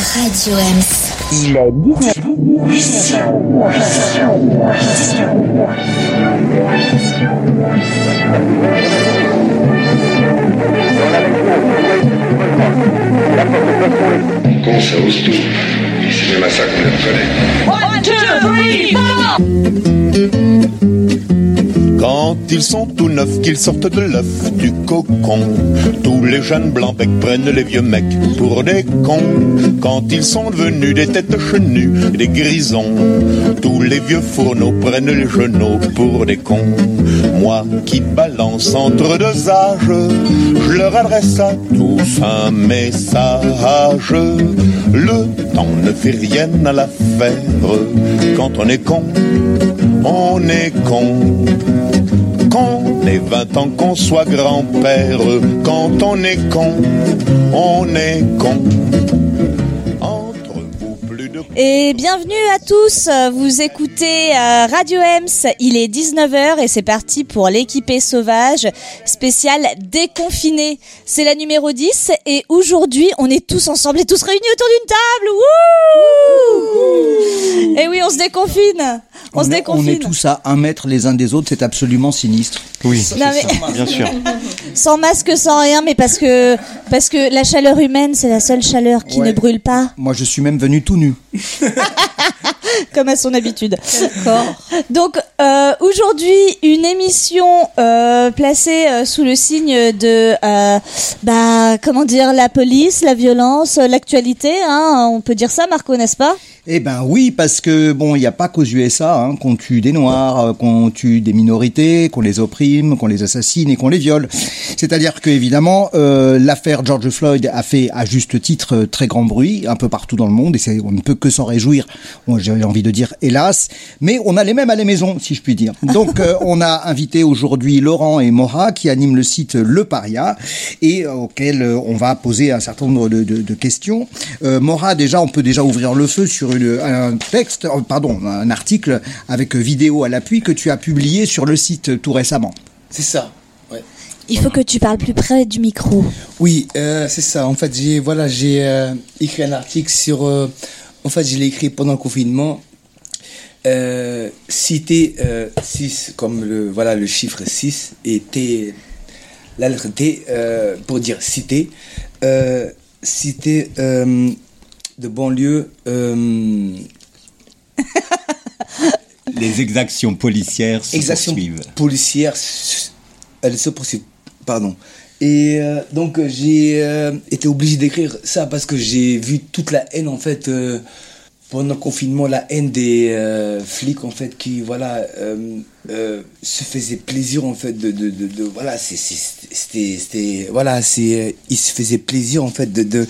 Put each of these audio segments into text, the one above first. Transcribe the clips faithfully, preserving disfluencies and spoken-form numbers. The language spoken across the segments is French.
Radio Ems. Il est dix-neuf Con, ça ose tout. C'est même à ça qu'on le connaît. One, two, three, four! Quand ils sont tout neufs, qu'ils sortent de l'œuf du cocon, tous les jeunes blancs becs prennent les vieux mecs pour des cons. Quand ils sont devenus des têtes chenues, des grisons, tous les vieux fourneaux prennent les genoux pour des cons. Moi qui balance entre deux âges, je leur adresse à tous un message. Le temps ne fait rien à l'affaire. Quand on est con, on est con. Qu'on ait vingt ans, qu'on soit grand-père, quand on est con, on est con. Entre vous, plus de... Et bienvenue à tous, vous écoutez euh, Radio Ems, il est dix-neuf heures et c'est parti pour l'équipée sauvage spéciale déconfinée. C'est la numéro dix et aujourd'hui on est tous ensemble et tous réunis autour d'une table. Wouh! Et oui, on se déconfine. On, on, se déconfine. On est tous à un mètre les uns des autres, c'est absolument sinistre. Oui, non, mais... ça, bien sûr. Sans masque, sans rien, mais parce que, parce que la chaleur humaine, c'est la seule chaleur qui ouais. ne brûle pas. Moi, je suis même venu tout nu. Comme à son habitude. D'accord. Donc, euh, aujourd'hui, une émission euh, placée euh, sous le signe de, euh, bah, comment dire, la police, la violence, l'actualité, hein, on peut dire ça, Marco, n'est-ce pas ? Eh ben oui, parce que bon, il n'y a pas qu'aux U S A hein, qu'on tue des Noirs, qu'on tue des minorités, qu'on les opprime, qu'on les assassine et qu'on les viole. C'est-à-dire que évidemment, euh, l'affaire George Floyd a fait à juste titre très grand bruit un peu partout dans le monde et c'est, on ne peut que s'en réjouir. Bon, j'ai envie de dire hélas, mais on a les mêmes à la maison, si je puis dire. Donc euh, on a invité aujourd'hui Laurent et Maura qui animent le site Le Paria et euh, auquel euh, on va poser un certain nombre de, de, de questions. Euh, Maura, déjà, on peut déjà ouvrir le feu sur une un texte, pardon, un article avec vidéo à l'appui que tu as publié sur le site tout récemment. C'est ça, ouais. Il faut que tu parles plus près du micro. Oui, euh, c'est ça. En fait, j'ai voilà, j'ai euh, écrit un article sur. Euh, en fait, je l'ai écrit pendant le confinement. Euh, citer euh, six comme le voilà le chiffre six et T, la lettre T euh, pour dire citer, euh, citer. Euh, de banlieue. Euh... Les exactions policières se exactions poursuivent. policières, elles se poursuivent. Pardon. Et euh, donc j'ai euh, été obligé d'écrire ça parce que j'ai vu toute la haine en fait euh, pendant le confinement, la haine des euh, flics en fait qui voilà euh, euh, se faisaient plaisir en fait de de de, de voilà c'est, c'est c'était c'était voilà c'est ils se faisaient plaisir en fait de de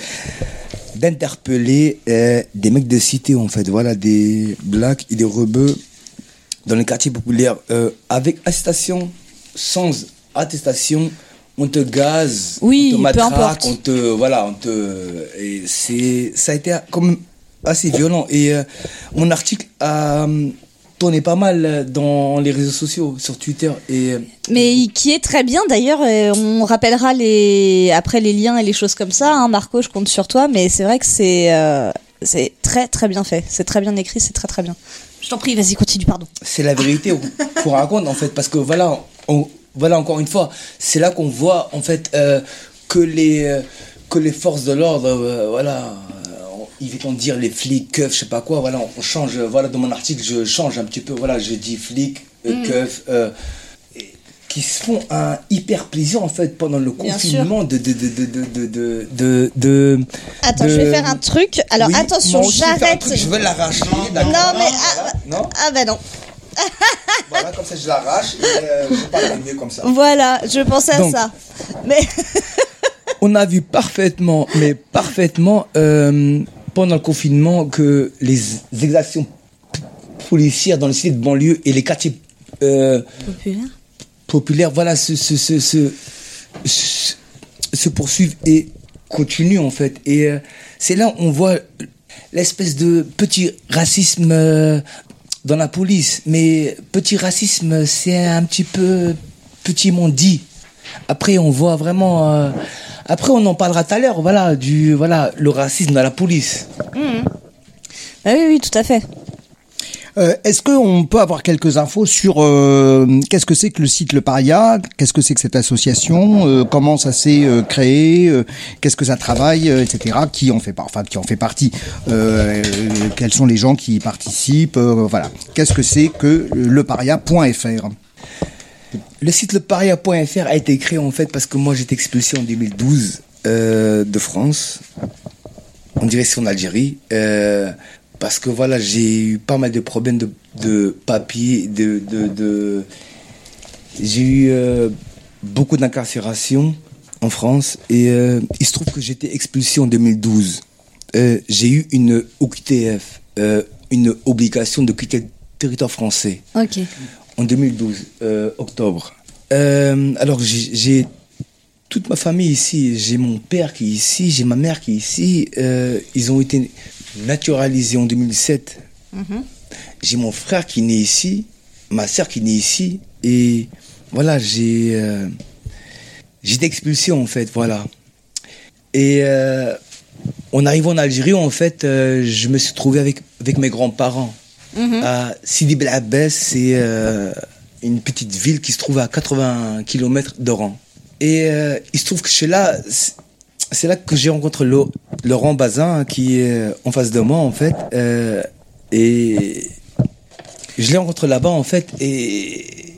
d'interpeller euh, des mecs de cité en fait voilà des blacks et des rebeux dans les quartiers populaires euh, avec attestation, sans attestation, on te gaze, oui, on te matraque, peu on te voilà, on te et c'est ça a été comme assez violent et euh, mon article a tourné pas mal dans les réseaux sociaux, sur Twitter et mais qui est très bien d'ailleurs. On rappellera les après les liens et les choses comme ça. Hein, Marco, je compte sur toi, mais c'est vrai que c'est euh, c'est très très bien fait, c'est très bien écrit, c'est très très bien. Je t'en prie, vas-y, continue, pardon. C'est la vérité qu'on raconte en fait, parce que voilà, on, voilà encore une fois, c'est là qu'on voit en fait euh, que les euh, que les forces de l'ordre, euh, voilà, euh, ils vont dire les flics, keufs, je sais pas quoi, voilà, on change, voilà, dans mon article, je change un petit peu, voilà, je dis flics, euh, mm. keufs, euh, qui se font un hyper plaisir en fait pendant le Bien confinement de de de de de de de de attends de... je vais faire un truc alors oui, attention j'arrête je vais l'arracher non mais ah, non ah bah non voilà comme ça je l'arrache et euh, je parle mieux comme ça voilà je pensais Donc, à ça mais on a vu parfaitement mais parfaitement euh, pendant le confinement que les exactions p- policières dans les cités de banlieue et les quartiers euh, populaires populaire, voilà, se, se, se, se, se, se poursuivent et continuent en fait. Et euh, c'est là où on voit l'espèce de petit racisme euh, dans la police. Mais petit racisme, c'est un petit peu petitiment dit. Après, on voit vraiment euh, Après, on en parlera tout à l'heure, voilà, du, voilà, le racisme dans la police. Mmh. Ah oui, oui, tout à fait. Euh, est-ce qu'on peut avoir quelques infos sur euh, qu'est-ce que c'est que le site Le Paria, qu'est-ce que c'est que cette association, euh, comment ça s'est euh, créé, euh, qu'est-ce que ça travaille, euh, et cetera. Qui en fait par, enfin qui en fait partie, euh, euh, quels sont les gens qui y participent, euh, voilà. Qu'est-ce que c'est que leparia point f r? Le site leparia point f r a été créé en fait parce que moi j'étais expulsé en deux mille douze euh, de France en direction d'Algérie. Euh, Parce que voilà, j'ai eu pas mal de problèmes de, de papier, de, de, de... j'ai eu euh, beaucoup d'incarcération en France et euh, il se trouve que j'étais expulsé en deux mille douze. Euh, j'ai eu une O Q T F, euh, une obligation de quitter le territoire français. Ok. En deux mille douze, euh, octobre. Euh, alors j'ai, j'ai toute ma famille ici, j'ai mon père qui est ici, j'ai ma mère qui est ici. Euh, ils ont été naturalisé en deux mille sept. Mm-hmm. J'ai mon frère qui est né ici, ma sœur qui est née ici, et voilà, j'ai euh, j'ai été expulsé en fait, voilà. Et euh, en arrivant en Algérie, en fait, euh, je me suis trouvé avec avec mes grands-parents mm-hmm. à Sidi Bel Abbès, c'est euh, une petite ville qui se trouve à quatre-vingts kilomètres d'Oran. Et euh, il se trouve que je suis là. C'est, C'est là que j'ai rencontré le, Laurent Bazin, qui est en face de moi, en fait. Euh, et je l'ai rencontré là-bas, en fait. Et,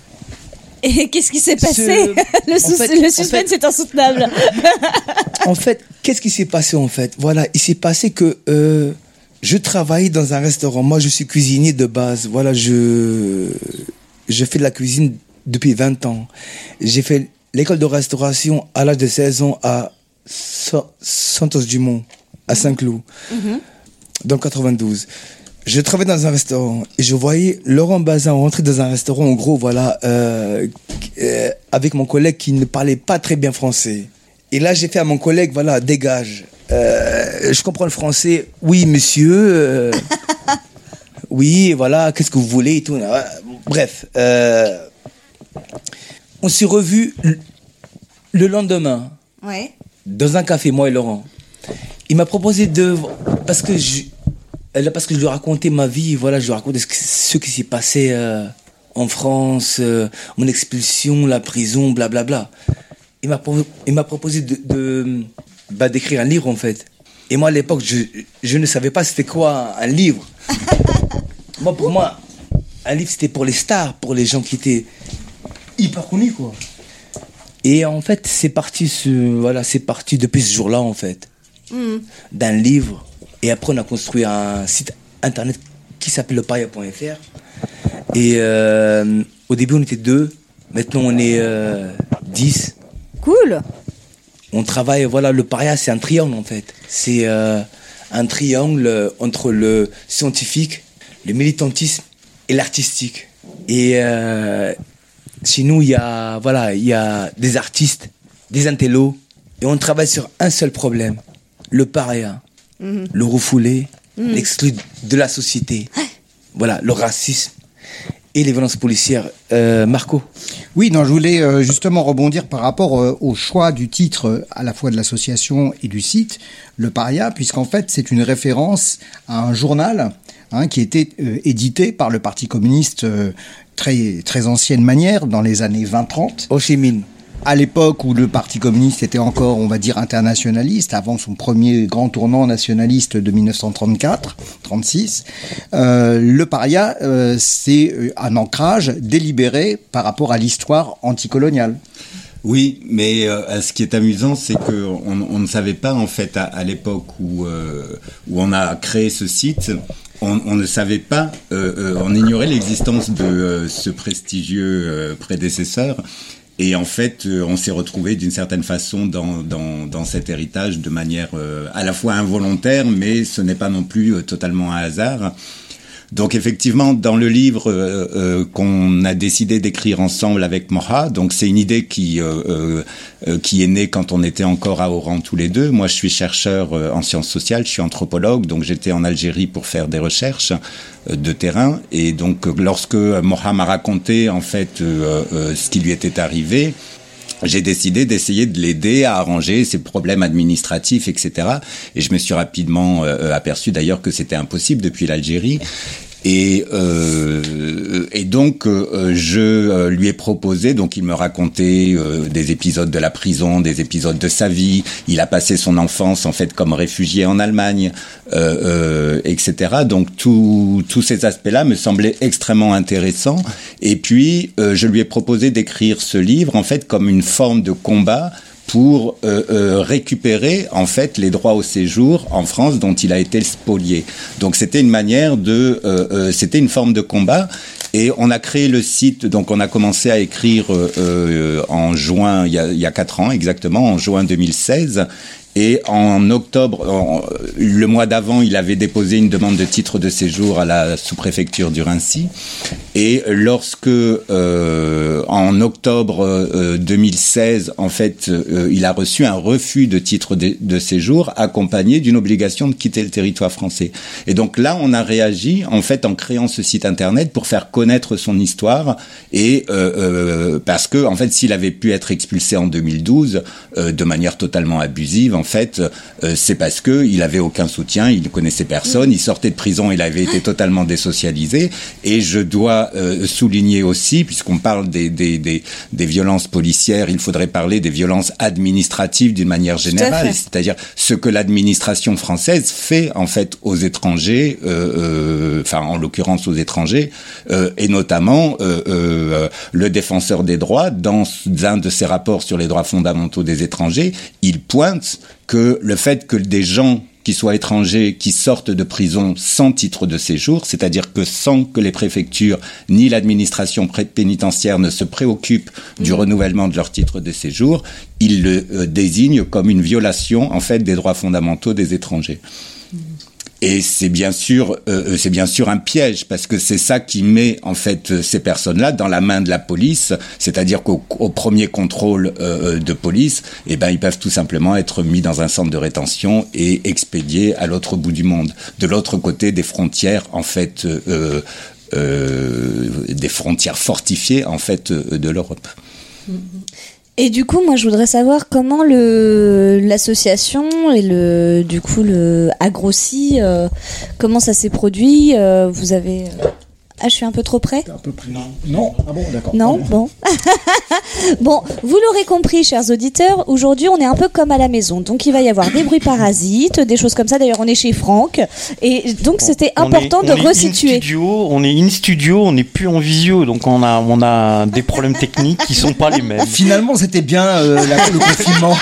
et qu'est-ce qui s'est passé? Ce... Le, sous- fait, le suspense est insoutenable. En fait, qu'est-ce qui s'est passé, en fait? Voilà, il s'est passé que euh, je travaillais dans un restaurant. Moi, je suis cuisinier de base. Voilà, je, je fais de la cuisine depuis vingt ans. J'ai fait l'école de restauration à l'âge de seize ans à Santos-Dumont, à Saint-Cloud, mm-hmm. dans le quatre-vingt-douze. Je travaillais dans un restaurant et je voyais Laurent Bazin rentrer dans un restaurant, en gros, voilà, euh, euh, avec mon collègue qui ne parlait pas très bien français. Et là, j'ai fait à mon collègue, voilà, dégage. Euh, je comprends le français. Oui, monsieur. Euh, oui, voilà, qu'est-ce que vous voulez et tout. Bref, euh, on s'est revus le, le lendemain. Ouais. Dans un café, moi et Laurent. Il m'a proposé de... Parce que je, parce que je lui racontais ma vie, voilà, je lui racontais ce, ce qui s'est passé euh, en France, euh, mon expulsion, la prison, blablabla. Il m'a, il m'a proposé de, de, bah, d'écrire un livre, en fait. Et moi, à l'époque, je, je ne savais pas c'était quoi un livre. Moi, pour moi, un livre, c'était pour les stars, pour les gens qui étaient hyper connus, quoi. Et en fait, c'est parti, ce, voilà, c'est parti depuis ce jour-là, en fait, mmh. d'un livre. Et après, on a construit un site internet qui s'appelle leparia point f r. Et euh, au début, on était deux. Maintenant, on est euh, dix. Cool. On travaille, voilà, le Paria, c'est un triangle, en fait. C'est euh, un triangle entre le scientifique, le militantisme et l'artistique. Et... Euh, Chez nous, il y a, voilà, il y a des artistes, des intellos, et on travaille sur un seul problème, le paria, mmh. le refoulé, mmh. l'exclu de la société, voilà, le racisme et les violences policières. Euh, Marco? Oui, non, je voulais euh, justement rebondir par rapport euh, au choix du titre euh, à la fois de l'association et du site, Le Paria, puisqu'en fait, c'est une référence à un journal hein, qui était euh, édité par le Parti communiste euh, très très ancienne manière, dans les années vingt trente. Ho Chi Minh. À l'époque où le Parti communiste était encore, on va dire, internationaliste, avant son premier grand tournant nationaliste de dix-neuf cent trente-quatre trente-six, euh, le Paria, euh, c'est un ancrage délibéré par rapport à l'histoire anticoloniale. Oui, mais euh, ce qui est amusant, c'est que on, on ne savait pas en fait à, à l'époque où euh, où on a créé ce site, on, on ne savait pas, euh, euh, on ignorait l'existence de euh, ce prestigieux euh, prédécesseur. Et en fait, euh, on s'est retrouvé d'une certaine façon dans, dans, dans cet héritage de manière euh, à la fois involontaire, mais ce n'est pas non plus euh, totalement un hasard. Donc effectivement, dans le livre euh, euh, qu'on a décidé d'écrire ensemble avec Moha, donc c'est une idée qui euh, euh, qui est née quand on était encore à Oran tous les deux. Moi, je suis chercheur euh, en sciences sociales, je suis anthropologue, donc j'étais en Algérie pour faire des recherches euh, de terrain. Et donc, lorsque Moha m'a raconté en fait euh, euh, ce qui lui était arrivé, j'ai décidé d'essayer de l'aider à arranger ses problèmes administratifs, et cetera. Et je me suis rapidement euh, aperçu d'ailleurs que c'était impossible depuis l'Algérie. Et, euh, et donc, euh, je euh, lui ai proposé, donc il me racontait euh, des épisodes de la prison, des épisodes de sa vie. Il a passé son enfance, en fait, comme réfugié en Allemagne, euh, euh, et cetera. Donc, tout, tous ces aspects-là me semblaient extrêmement intéressants. Et puis, euh, je lui ai proposé d'écrire ce livre, en fait, comme une forme de combat pour euh, euh, récupérer en fait les droits au séjour en France dont il a été spolié. Donc c'était une manière de, euh, euh, c'était une forme de combat. Et on a créé le site, donc on a commencé à écrire euh, euh, en juin, il y a, il y a quatre ans exactement, en juin deux mille seize. Et en octobre, en, le mois d'avant, il avait déposé une demande de titre de séjour à la sous-préfecture du Raincy. Et lorsque, euh, en octobre euh, deux mille seize, en fait, euh, il a reçu un refus de titre de, de séjour accompagné d'une obligation de quitter le territoire français. Et donc là, on a réagi, en fait, en créant ce site internet pour faire connaître son histoire. Et euh, euh, parce que, en fait, s'il avait pu être expulsé en deux mille douze euh, de manière totalement abusive, en fait, euh, c'est parce que il avait aucun soutien, il ne connaissait personne, il sortait de prison, il avait été totalement désocialisé. Et je dois euh, souligner aussi, puisqu'on parle des, des, des, des violences policières, il faudrait parler des violences administratives d'une manière générale, c'est-à-dire ce que l'administration française fait en fait aux étrangers, euh, euh, enfin en l'occurrence aux étrangers, euh, et notamment euh, euh, le défenseur des droits, dans un de ses rapports sur les droits fondamentaux des étrangers, il pointe que le fait que des gens qui soient étrangers, qui sortent de prison sans titre de séjour, c'est-à-dire que sans que les préfectures ni l'administration pénitentiaire ne se préoccupent du mmh. renouvellement de leur titre de séjour, ils le euh, désignent comme une violation en fait des droits fondamentaux des étrangers. Mmh. Et c'est bien sûr, euh, c'est bien sûr un piège parce que c'est ça qui met en fait ces personnes-là dans la main de la police, c'est-à-dire qu'au au premier contrôle euh, de police, eh ben ils peuvent tout simplement être mis dans un centre de rétention et expédiés à l'autre bout du monde, de l'autre côté des frontières en fait, euh, euh, des frontières fortifiées en fait de l'Europe. Et du coup, moi, je voudrais savoir comment le l'association et le du coup le Agrossi, euh, comment ça s'est produit. Euh, vous avez ah, je suis un peu trop près. Un peu plus. Non. Non. Ah bon, d'accord. Non, bon. Bon, vous l'aurez compris, chers auditeurs, aujourd'hui, on est un peu comme à la maison. Donc, il va y avoir des bruits parasites, des choses comme ça. D'ailleurs, on est chez Franck. Et donc, c'était on important est, de on resituer. Est in studio, on est in studio, on n'est plus en visio. Donc, on a, on a des problèmes techniques qui sont pas les mêmes. Finalement, c'était bien euh, la, le confinement.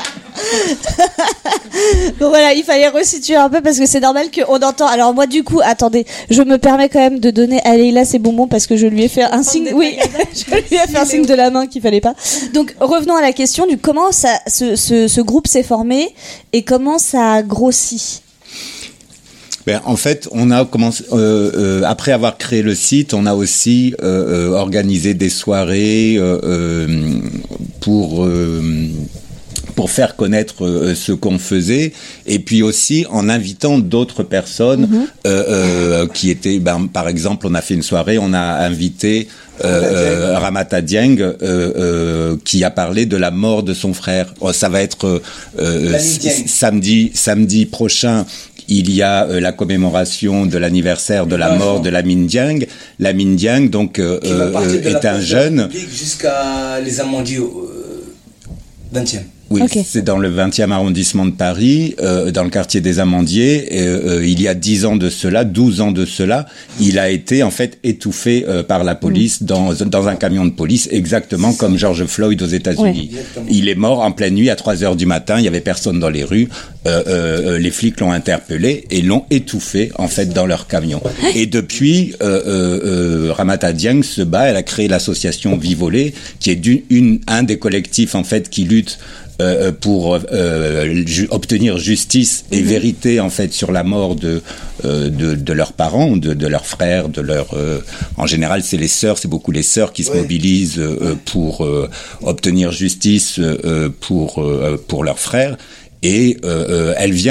Bon voilà, il fallait resituer un peu parce que c'est normal qu'on entend. Alors moi du coup, attendez, je me permets quand même de donner à Leïla ses bonbons parce que je lui ai fait un signe. Oui, je lui ai fait un signe de la main qu'il fallait pas. Donc revenons à la question du comment ça, ce, ce, ce groupe s'est formé et comment ça a grossi. Ben, en fait, on a commencé euh, euh, après avoir créé le site, on a aussi euh, euh, organisé des soirées euh, euh, pour euh, pour faire connaître euh, ce qu'on faisait, et puis aussi en invitant d'autres personnes mm-hmm. euh, euh, qui étaient, ben, par exemple, on a fait une soirée, on a invité euh, euh, Ramata Dieng euh, euh, qui a parlé de la mort de son frère. Oh, ça va être euh, s- samedi, samedi prochain. Il y a euh, la commémoration de l'anniversaire de la mort de Lamine Dieng. Lamine Dieng, donc, euh, euh, est un jeune. Jusqu'à les amandiers au vingtième. Oui, okay. C'est dans le vingtième arrondissement de Paris, euh, dans le quartier des Amandiers. Et, euh, il y a dix ans de cela, douze ans de cela, il a été en fait étouffé euh, par la police mmh. dans dans un camion de police, exactement comme George Floyd aux États-Unis. Ouais. Il est mort en pleine nuit à trois heures du matin. Il y avait personne dans les rues. Euh, euh, les flics l'ont interpellé et l'ont étouffé en fait dans leur camion. Et depuis, euh, euh, euh, Ramata Dieng se bat. Elle a créé l'association Vivolé, qui est d'une, une, un des collectifs en fait qui lutte Euh, pour euh, ju- obtenir justice et mmh. vérité en fait sur la mort de euh, de, de leurs parents, de, de leurs frères, de leurs. Euh, en général, c'est les sœurs, c'est beaucoup les sœurs qui se ouais. mobilisent euh, pour euh, obtenir justice euh, pour euh, pour leurs frères. Et euh, euh, elle vient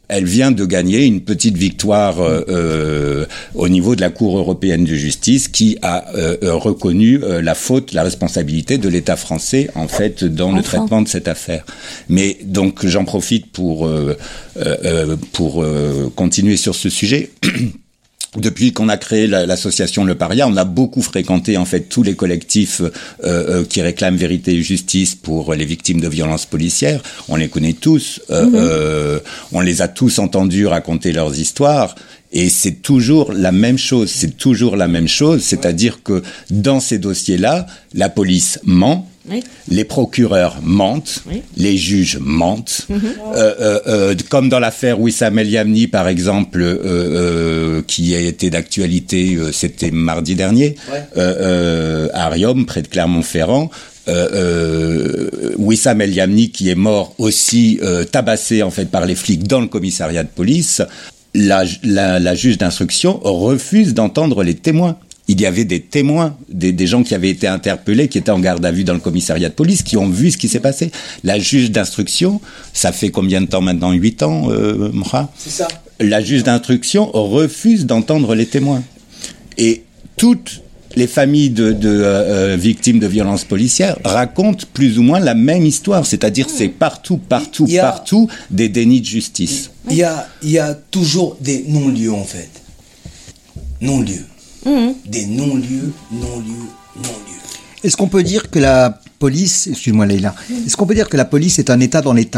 Elle vient de gagner une petite victoire euh, euh, au niveau de la Cour européenne de justice qui a euh, euh, reconnu euh, la faute, la responsabilité de l'État français en fait dans enfin. le traitement de cette affaire. Mais donc j'en profite pour euh, euh, pour euh, continuer sur ce sujet. Depuis qu'on a créé l'association Le Paria, on a beaucoup fréquenté en fait tous les collectifs euh, euh, qui réclament vérité et justice pour les victimes de violences policières. On les connaît tous, euh, mmh. euh, on les a tous entendus raconter leurs histoires. Et c'est toujours la même chose, c'est toujours la même chose, c'est-à-dire que dans ces dossiers-là, la police ment, oui. les procureurs mentent, oui. les juges mentent. Mm-hmm. Euh, euh, euh, comme dans l'affaire Wissam El Yamni, par exemple, euh, euh, qui a été d'actualité, euh, c'était mardi dernier, ouais. euh, euh, à Riom, près de Clermont-Ferrand. Euh, euh, Wissam El Yamni, qui est mort aussi euh, tabassé en fait par les flics dans le commissariat de police. La, la, la juge d'instruction refuse d'entendre les témoins. Il y avait des témoins, des, des gens qui avaient été interpellés, qui étaient en garde à vue dans le commissariat de police, qui ont vu ce qui s'est passé. La juge d'instruction, ça fait combien de temps maintenant? Huit ans, euh, Mra ? C'est ça. La juge d'instruction refuse d'entendre les témoins. Et toutes les familles de, de euh, victimes de violences policières racontent plus ou moins la même histoire. C'est-à-dire c'est partout, partout, a, partout des dénis de justice. Il y a, il y a toujours des non-lieux en fait. Non-lieux. Mmh. Des non-lieux, non-lieux, non-lieux. Est-ce qu'on peut dire que la police, excuse-moi Leïla, est-ce qu'on peut dire que la police est un État dans l'État ?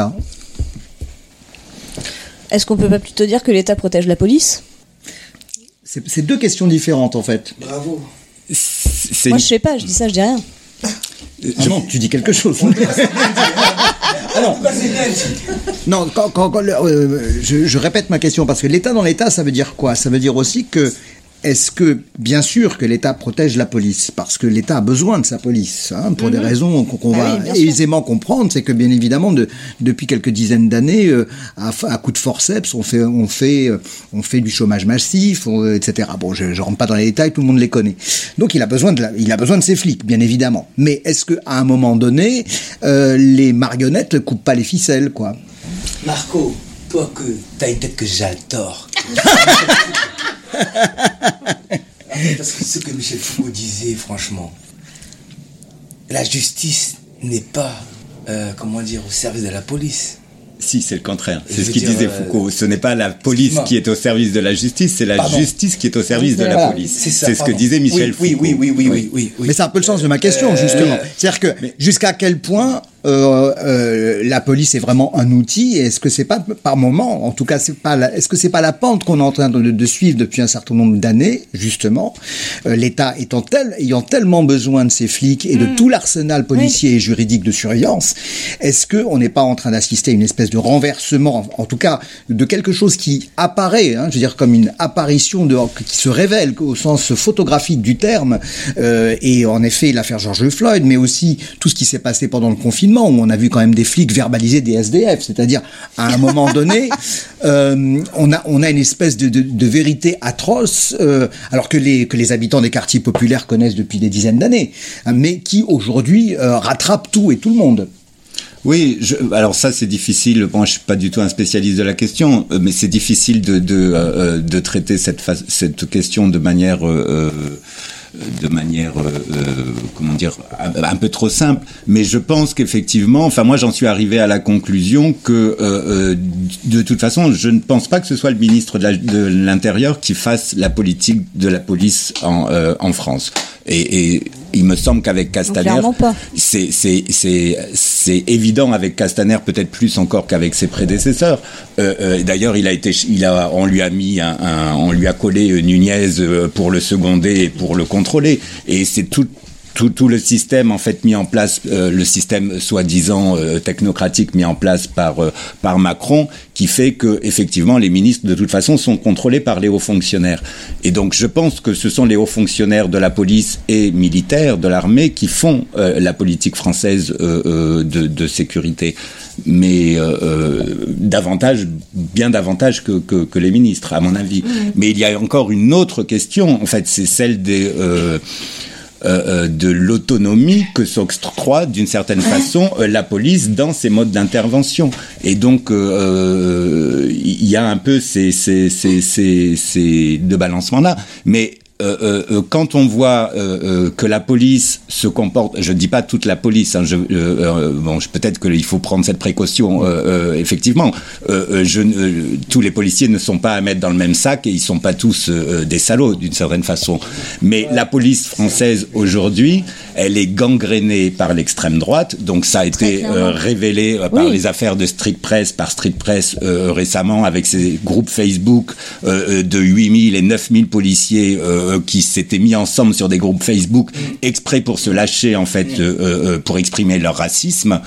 Est-ce qu'on peut pas plutôt dire que l'État protège la police ? c'est, c'est deux questions différentes en fait. Bravo. C'est Moi une... je sais pas, je dis ça, je dis rien. Ah non, tu dis quelque chose. Ah non, non, quand, quand, quand, euh, je, je répète ma question parce que l'État dans l'État, ça veut dire quoi ? Ça veut dire aussi que est-ce que, bien sûr, que l'État protège la police, parce que l'État a besoin de sa police, hein, pour mmh. des raisons qu'on, qu'on ah va oui, aisément sûr. comprendre, c'est que bien évidemment, de, depuis quelques dizaines d'années, euh, à, à coup de forceps, on fait, on fait, on fait du chômage massif, on, et cetera. Bon, je, je rentre pas dans les détails, tout le monde les connaît. Donc, il a besoin de, la, il a besoin de ses flics, bien évidemment. Mais est-ce que, à un moment donné, euh, les marionnettes ne coupent pas les ficelles, quoi ? Marco, toi que t'as une tête que j'adore. Parce que ce que Michel Foucault disait, franchement, la justice n'est pas, euh, comment dire, au service de la police. Si, c'est le contraire. C'est ce qu'il disait euh, Foucault. Ce n'est pas la police qui est au service de la justice, c'est la Pardon. justice qui est au service de la voilà, police. C'est, ça, c'est ce que disait Michel oui, Foucault. Oui, oui, oui, oui, oui, oui, oui. Mais c'est un peu le sens de ma question, euh, justement. C'est-à-dire que mais... jusqu'à quel point euh, euh, la police est vraiment un outil, et est-ce que c'est pas par moment, en tout cas, c'est pas la, est-ce que c'est pas la pente qu'on est en train de, de suivre depuis un certain nombre d'années, justement, euh, l'État étant tel, ayant tellement besoin de ses flics et de mmh. tout l'arsenal policier oui. et juridique de surveillance, est-ce que on n'est pas en train d'assister à une espèce de renversement, en tout cas, de quelque chose qui apparaît, hein, je veux dire, comme une apparition de, qui se révèle au sens photographique du terme, euh, et en effet, l'affaire George Floyd, mais aussi tout ce qui s'est passé pendant le confinement, où on a vu quand même des flics verbaliser des S D F, c'est-à-dire à un moment donné, euh, on a on a une espèce de, de, de vérité atroce, euh, alors que les que les habitants des quartiers populaires connaissent depuis des dizaines d'années, hein, mais qui aujourd'hui euh, rattrape tout et tout le monde. Oui, je, alors ça c'est difficile. Bon, je suis pas du tout un spécialiste de la question, mais c'est difficile de de, euh, de traiter cette phase, cette question de manière euh, de manière, euh, comment dire, un, un peu trop simple. Mais je pense qu'effectivement, enfin moi j'en suis arrivé à la conclusion que euh, de toute façon, je ne pense pas que ce soit le ministre de, la, de l'Intérieur qui fasse la politique de la police en, euh, en France. Et, et il me semble qu'avec Castaner, c'est, c'est, c'est, c'est évident avec Castaner, peut-être plus encore qu'avec ses prédécesseurs. Euh, euh, d'ailleurs, il a été, il a, on lui a mis un, un on lui a collé Nunez pour le seconder et pour le contrôler. Et c'est tout. Tout, tout le système en fait mis en place, euh, le système soi-disant euh, technocratique mis en place par euh, par Macron, qui fait que effectivement les ministres de toute façon sont contrôlés par les hauts fonctionnaires. Et donc je pense que ce sont les hauts fonctionnaires de la police et militaires de l'armée qui font euh, la politique française euh, euh, de, de sécurité, mais euh, euh, davantage, bien davantage que, que que les ministres à mon avis. Mmh. Mais il y a encore une autre question en fait, c'est celle des euh, euh, de l'autonomie que s'octroie d'une certaine façon euh, la police dans ses modes d'intervention. Et donc il euh, y a un peu ces, ces, ces, ces, ces deux balanceements-là. Mais Euh, euh, quand on voit euh, euh, que la police se comporte, je dis pas toute la police, hein, je, euh, euh, bon, je, peut-être qu'il faut prendre cette précaution. Euh, euh, effectivement, euh, je, euh, tous les policiers ne sont pas à mettre dans le même sac et ils sont pas tous euh, des salauds d'une certaine façon. Mais la police française aujourd'hui, elle est gangrénée par l'extrême droite. Donc ça a été euh, révélé euh, par oui. les affaires de Street Press, par Street Press euh, récemment, avec ces groupes Facebook euh, de huit mille et neuf mille policiers. Euh, qui s'étaient mis ensemble sur des groupes Facebook exprès pour se lâcher en fait euh, euh, pour exprimer leur racisme.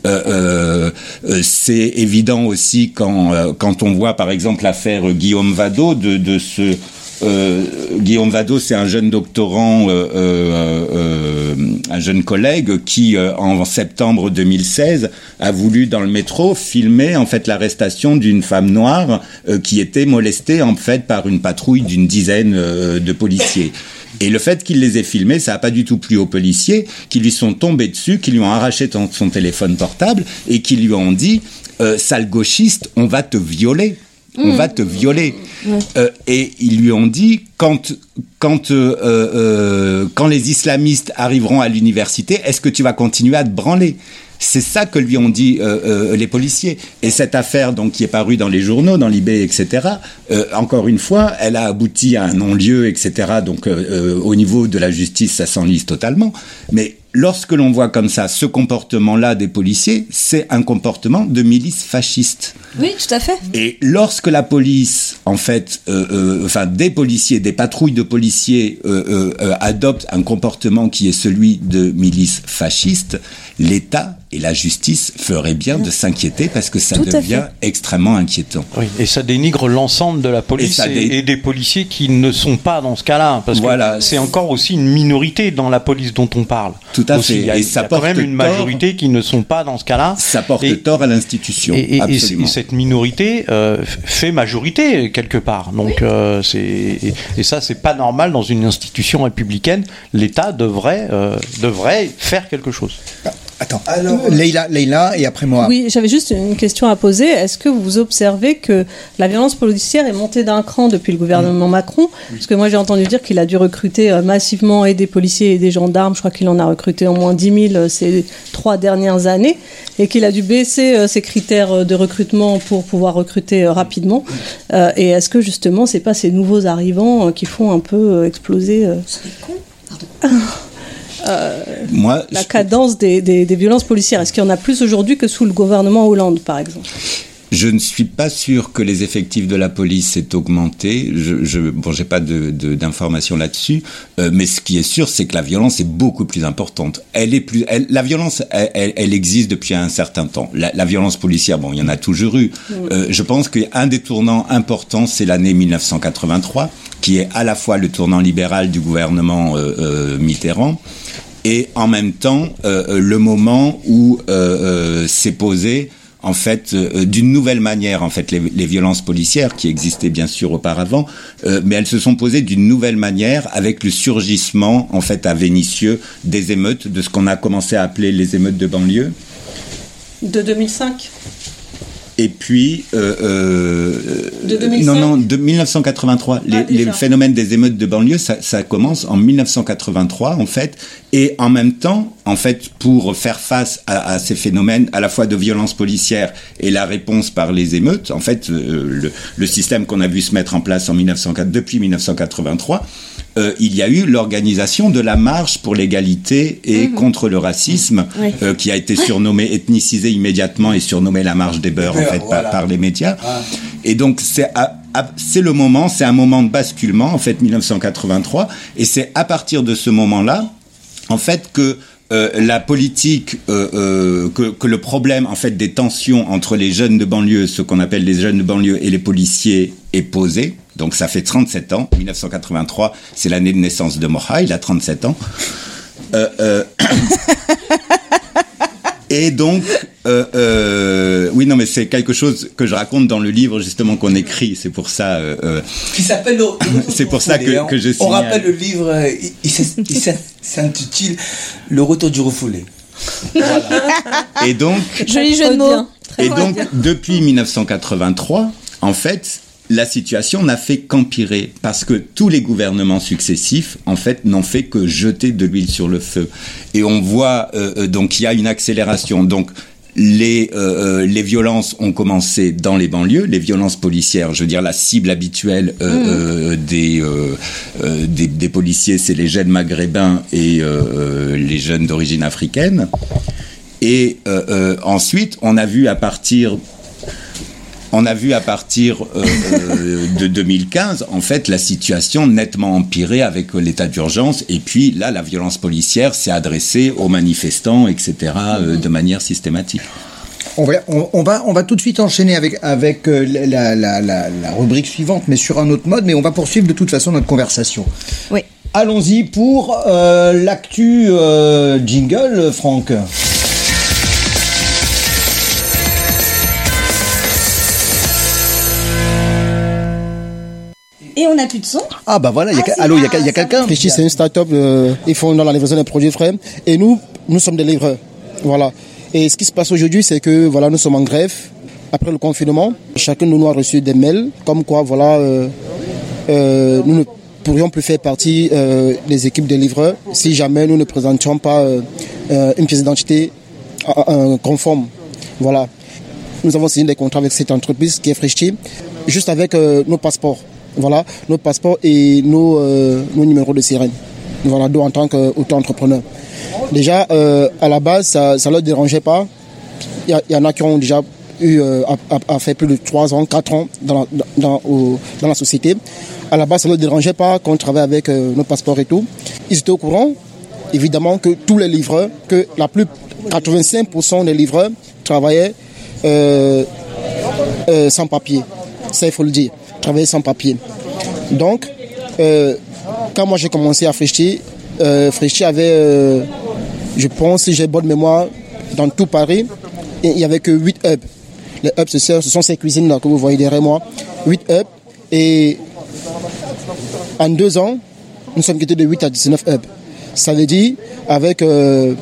Euh, euh, c'est évident aussi quand euh, quand on voit par exemple l'affaire Guillaume Vadot de de ce Euh, Guillaume Vadot, c'est un jeune doctorant, euh, euh, euh, un jeune collègue qui, euh, en septembre deux mille seize, a voulu dans le métro filmer en fait l'arrestation d'une femme noire euh, qui était molestée en fait par une patrouille d'une dizaine euh, de policiers. Et le fait qu'il les ait filmés, ça n'a pas du tout plu aux policiers, qui lui sont tombés dessus, qui lui ont arraché ton, son téléphone portable et qui lui ont dit euh, « Sale gauchiste, on va te violer ». On mmh. va te violer. Mmh. Euh, et ils lui ont dit, quand, quand, euh, euh, quand les islamistes arriveront à l'université, est-ce que tu vas continuer à te branler ? C'est ça que lui ont dit euh, euh, les policiers. Et cette affaire, donc, qui est parue dans les journaux, dans Libé, et cetera, euh, encore une fois, elle a abouti à un non-lieu, et cetera. Donc, euh, euh, au niveau de la justice, ça s'enlise totalement. Mais lorsque l'on voit comme ça ce comportement-là des policiers, c'est un comportement de milice fasciste. Oui, tout à fait. Et lorsque la police, en fait, euh, euh, enfin des policiers, des patrouilles de policiers euh, euh, euh, adoptent un comportement qui est celui de milice fasciste, l'État et la justice feraient bien de s'inquiéter parce que ça devient extrêmement inquiétant. Oui, et ça dénigre l'ensemble de la police et, et, dé... et des policiers qui ne sont pas dans ce cas-là, parce voilà. que c'est encore aussi une minorité dans la police dont on parle. Tout à aussi, fait. Il y a, et ça il y a porte quand même une majorité tort. Qui ne sont pas dans ce cas-là. Ça porte et, tort à l'institution. Et, et, absolument. et cette minorité euh, fait majorité quelque part. Donc oui. euh, c'est et, et ça c'est pas normal dans une institution républicaine. L'État devrait euh, devrait faire quelque chose. Attends, alors, Leïla, Leïla et après moi. Oui, j'avais juste une question à poser. Est-ce que vous observez que la violence policière est montée d'un cran depuis le gouvernement mmh. Macron ? Oui. Parce que moi j'ai entendu dire qu'il a dû recruter massivement et des policiers et des gendarmes. Je crois qu'il en a recruté au moins dix mille ces trois dernières années et qu'il a dû baisser ses critères de recrutement pour pouvoir recruter rapidement. Euh, et est-ce que justement c'est pas ces nouveaux arrivants qui font un peu exploser euh... C'est con. Pardon. Euh, Moi, la je... cadence des, des, des violences policières. Est-ce qu'il y en a plus aujourd'hui que sous le gouvernement Hollande, par exemple ? Je ne suis pas sûr que les effectifs de la police aient augmenté. Je, je, bon, j'ai pas de, de, d'informations là-dessus, euh, mais ce qui est sûr, c'est que la violence est beaucoup plus importante. Elle est plus, elle, la violence, elle, elle, elle existe depuis un certain temps. La, la violence policière, bon, il y en a toujours eu. Mmh. Euh, je pense qu'un des tournants importants, c'est l'année mille neuf cent quatre-vingt-trois, qui est à la fois le tournant libéral du gouvernement euh, euh, Mitterrand. Et en même temps, euh, le moment où euh, euh, s'est posé, en fait, euh, d'une nouvelle manière, en fait, les, les violences policières qui existaient bien sûr auparavant, euh, mais elles se sont posées d'une nouvelle manière avec le surgissement, en fait, à Vénissieux, des émeutes, de ce qu'on a commencé à appeler les émeutes de banlieue. De deux mille cinq. Et puis, euh, euh, de deux mille cinq non, non, de mille neuf cent quatre-vingt-trois. Ah, les, les phénomènes des émeutes de banlieue, ça, ça commence en mille neuf cent quatre-vingt-trois, en fait. Et en même temps, en fait, pour faire face à, à ces phénomènes, à la fois de violence policière et la réponse par les émeutes, en fait, euh, le, le système qu'on a vu se mettre en place en mille neuf cent quatre, depuis mille neuf cent quatre-vingt-trois, Euh, il y a eu l'organisation de la marche pour l'égalité et mmh. contre le racisme, oui. euh, qui a été surnommée, ethnicisée immédiatement et surnommée la marche des beurs, en fait, voilà. par, par les médias. Ah. Et donc, c'est, à, à, c'est le moment, c'est un moment de basculement, en fait, mille neuf cent quatre-vingt-trois, et c'est à partir de ce moment-là, en fait, que Euh, la politique, euh, euh, que, que le problème en fait des tensions entre les jeunes de banlieue, ce qu'on appelle les jeunes de banlieue, et les policiers est posé. Donc ça fait trente-sept ans. mille neuf cent quatre-vingt-trois, c'est l'année de naissance de Moha, il a trente-sept ans. Euh, euh, Et donc, euh, euh, oui, non, mais c'est quelque chose que je raconte dans le livre justement qu'on écrit. C'est pour ça. Euh, euh, Qui s'appelle. Le, le c'est pour ça que, que je signale. On rappelle le livre. Euh, il, il, il s'intitule Le Retour du refoulé. Voilà. Et donc. Joli jeu de mots. Et donc, depuis dix-neuf cent quatre-vingt-trois, en fait. La situation n'a fait qu'empirer parce que tous les gouvernements successifs, en fait, n'ont fait que jeter de l'huile sur le feu. Et on voit, euh, donc, il y a une accélération. Donc, les, euh, les violences ont commencé dans les banlieues, les violences policières, je veux dire, la cible habituelle euh, mmh. euh, des, euh, euh, des, des policiers, c'est les jeunes maghrébins et euh, les jeunes d'origine africaine. Et euh, euh, ensuite, on a vu à partir... On a vu à partir euh, euh, de deux mille quinze, en fait, la situation nettement empirée avec l'état d'urgence. Et puis là, la violence policière s'est adressée aux manifestants, et cetera, euh, de manière systématique. On va, on, on va, on va tout de suite enchaîner avec, avec euh, la, la, la, la rubrique suivante, mais sur un autre mode. Mais on va poursuivre de toute façon notre conversation. Oui. Allons-y pour euh, l'actu euh, jingle, Franck. Et on n'a plus de son. Ah bah voilà, il y a, ah, allô, il y a, y a quelqu'un. Frischti, c'est une start-up, euh, ils font dans la livraison des produits frais. Et nous, nous sommes des livreurs. Voilà. Et ce qui se passe aujourd'hui, c'est que voilà, nous sommes en grève. Après le confinement, chacun de nous a reçu des mails comme quoi voilà, euh, euh, nous ne pourrions plus faire partie euh, des équipes des livreurs si jamais nous ne présentions pas euh, euh, une pièce d'identité euh, conforme. Voilà. Nous avons signé des contrats avec cette entreprise qui est Frischti, juste avec euh, nos passeports. Voilà, nos passeports et nos, euh, nos numéros de sirène. Voilà, nous en tant qu'auto-entrepreneur. Déjà, euh, à la base, ça ne leur dérangeait pas. Il y, y en a qui ont déjà eu euh, à, à, à faire plus de trois ans, quatre ans dans la, dans, au, dans la société. À la base, ça ne leur dérangeait pas qu'on travaille avec euh, nos passeports et tout. Ils étaient au courant, évidemment, que tous les livreurs, que la plus quatre-vingt-cinq pour cent des livreurs travaillaient euh, euh, sans papier. Ça, il faut le dire. Travailler sans papier. Donc, euh, quand moi j'ai commencé à Frischti, euh, Frischti avait, euh, je pense, si j'ai bonne mémoire, dans tout Paris, il n'y avait que huit hubs. Les hubs, ce sont ces cuisines-là que vous voyez derrière moi. huit hubs. Et en deux ans, nous sommes quittés de huit à dix-neuf hubs. Ça veut dire, avec, euh,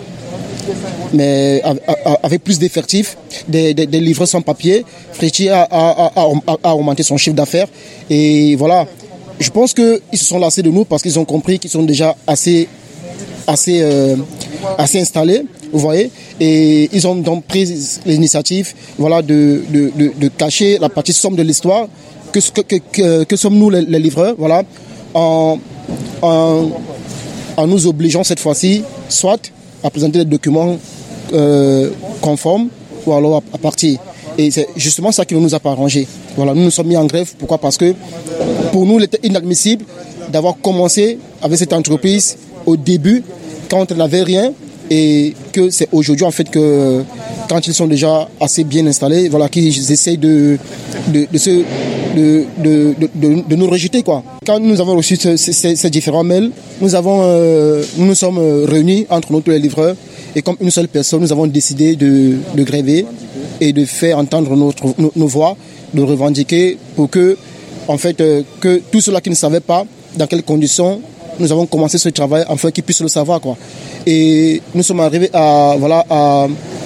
mais avec plus d'effectifs, des, des, des livreurs sans papier, Frischti a, a, a, a, a augmenté son chiffre d'affaires. Et voilà, je pense qu'ils se sont lassés de nous parce qu'ils ont compris qu'ils sont déjà assez, assez, euh, assez installés, vous voyez. Et ils ont donc pris l'initiative voilà, de, de, de, de cacher la partie sombre de l'histoire, que, que, que, que sommes-nous les, les livreurs, voilà, en, en, en nous obligeant cette fois-ci, soit à présenter des documents euh, conformes ou alors à, à partir. Et c'est justement ça qui ne nous a pas arrangé. Voilà, nous nous sommes mis en grève. Pourquoi ? Parce que pour nous, il était inadmissible d'avoir commencé avec cette entreprise au début, quand on n'avait rien, et que c'est aujourd'hui en fait que quand ils sont déjà assez bien installés, voilà, qu'ils essayent de de, de, se, de, de, de, de nous rejeter, quoi. Quand nous avons reçu ces, ces, ces différents mails, nous avons euh, nous nous sommes réunis entre nous tous les livreurs et comme une seule personne, nous avons décidé de, de gréver et de faire entendre notre, nos, nos voix, de revendiquer pour que en fait euh, que tous ceux-là qui ne savaient pas dans quelles conditions nous avons commencé ce travail, afin qu'ils puissent le savoir, quoi. Et nous sommes arrivés à, voilà, à,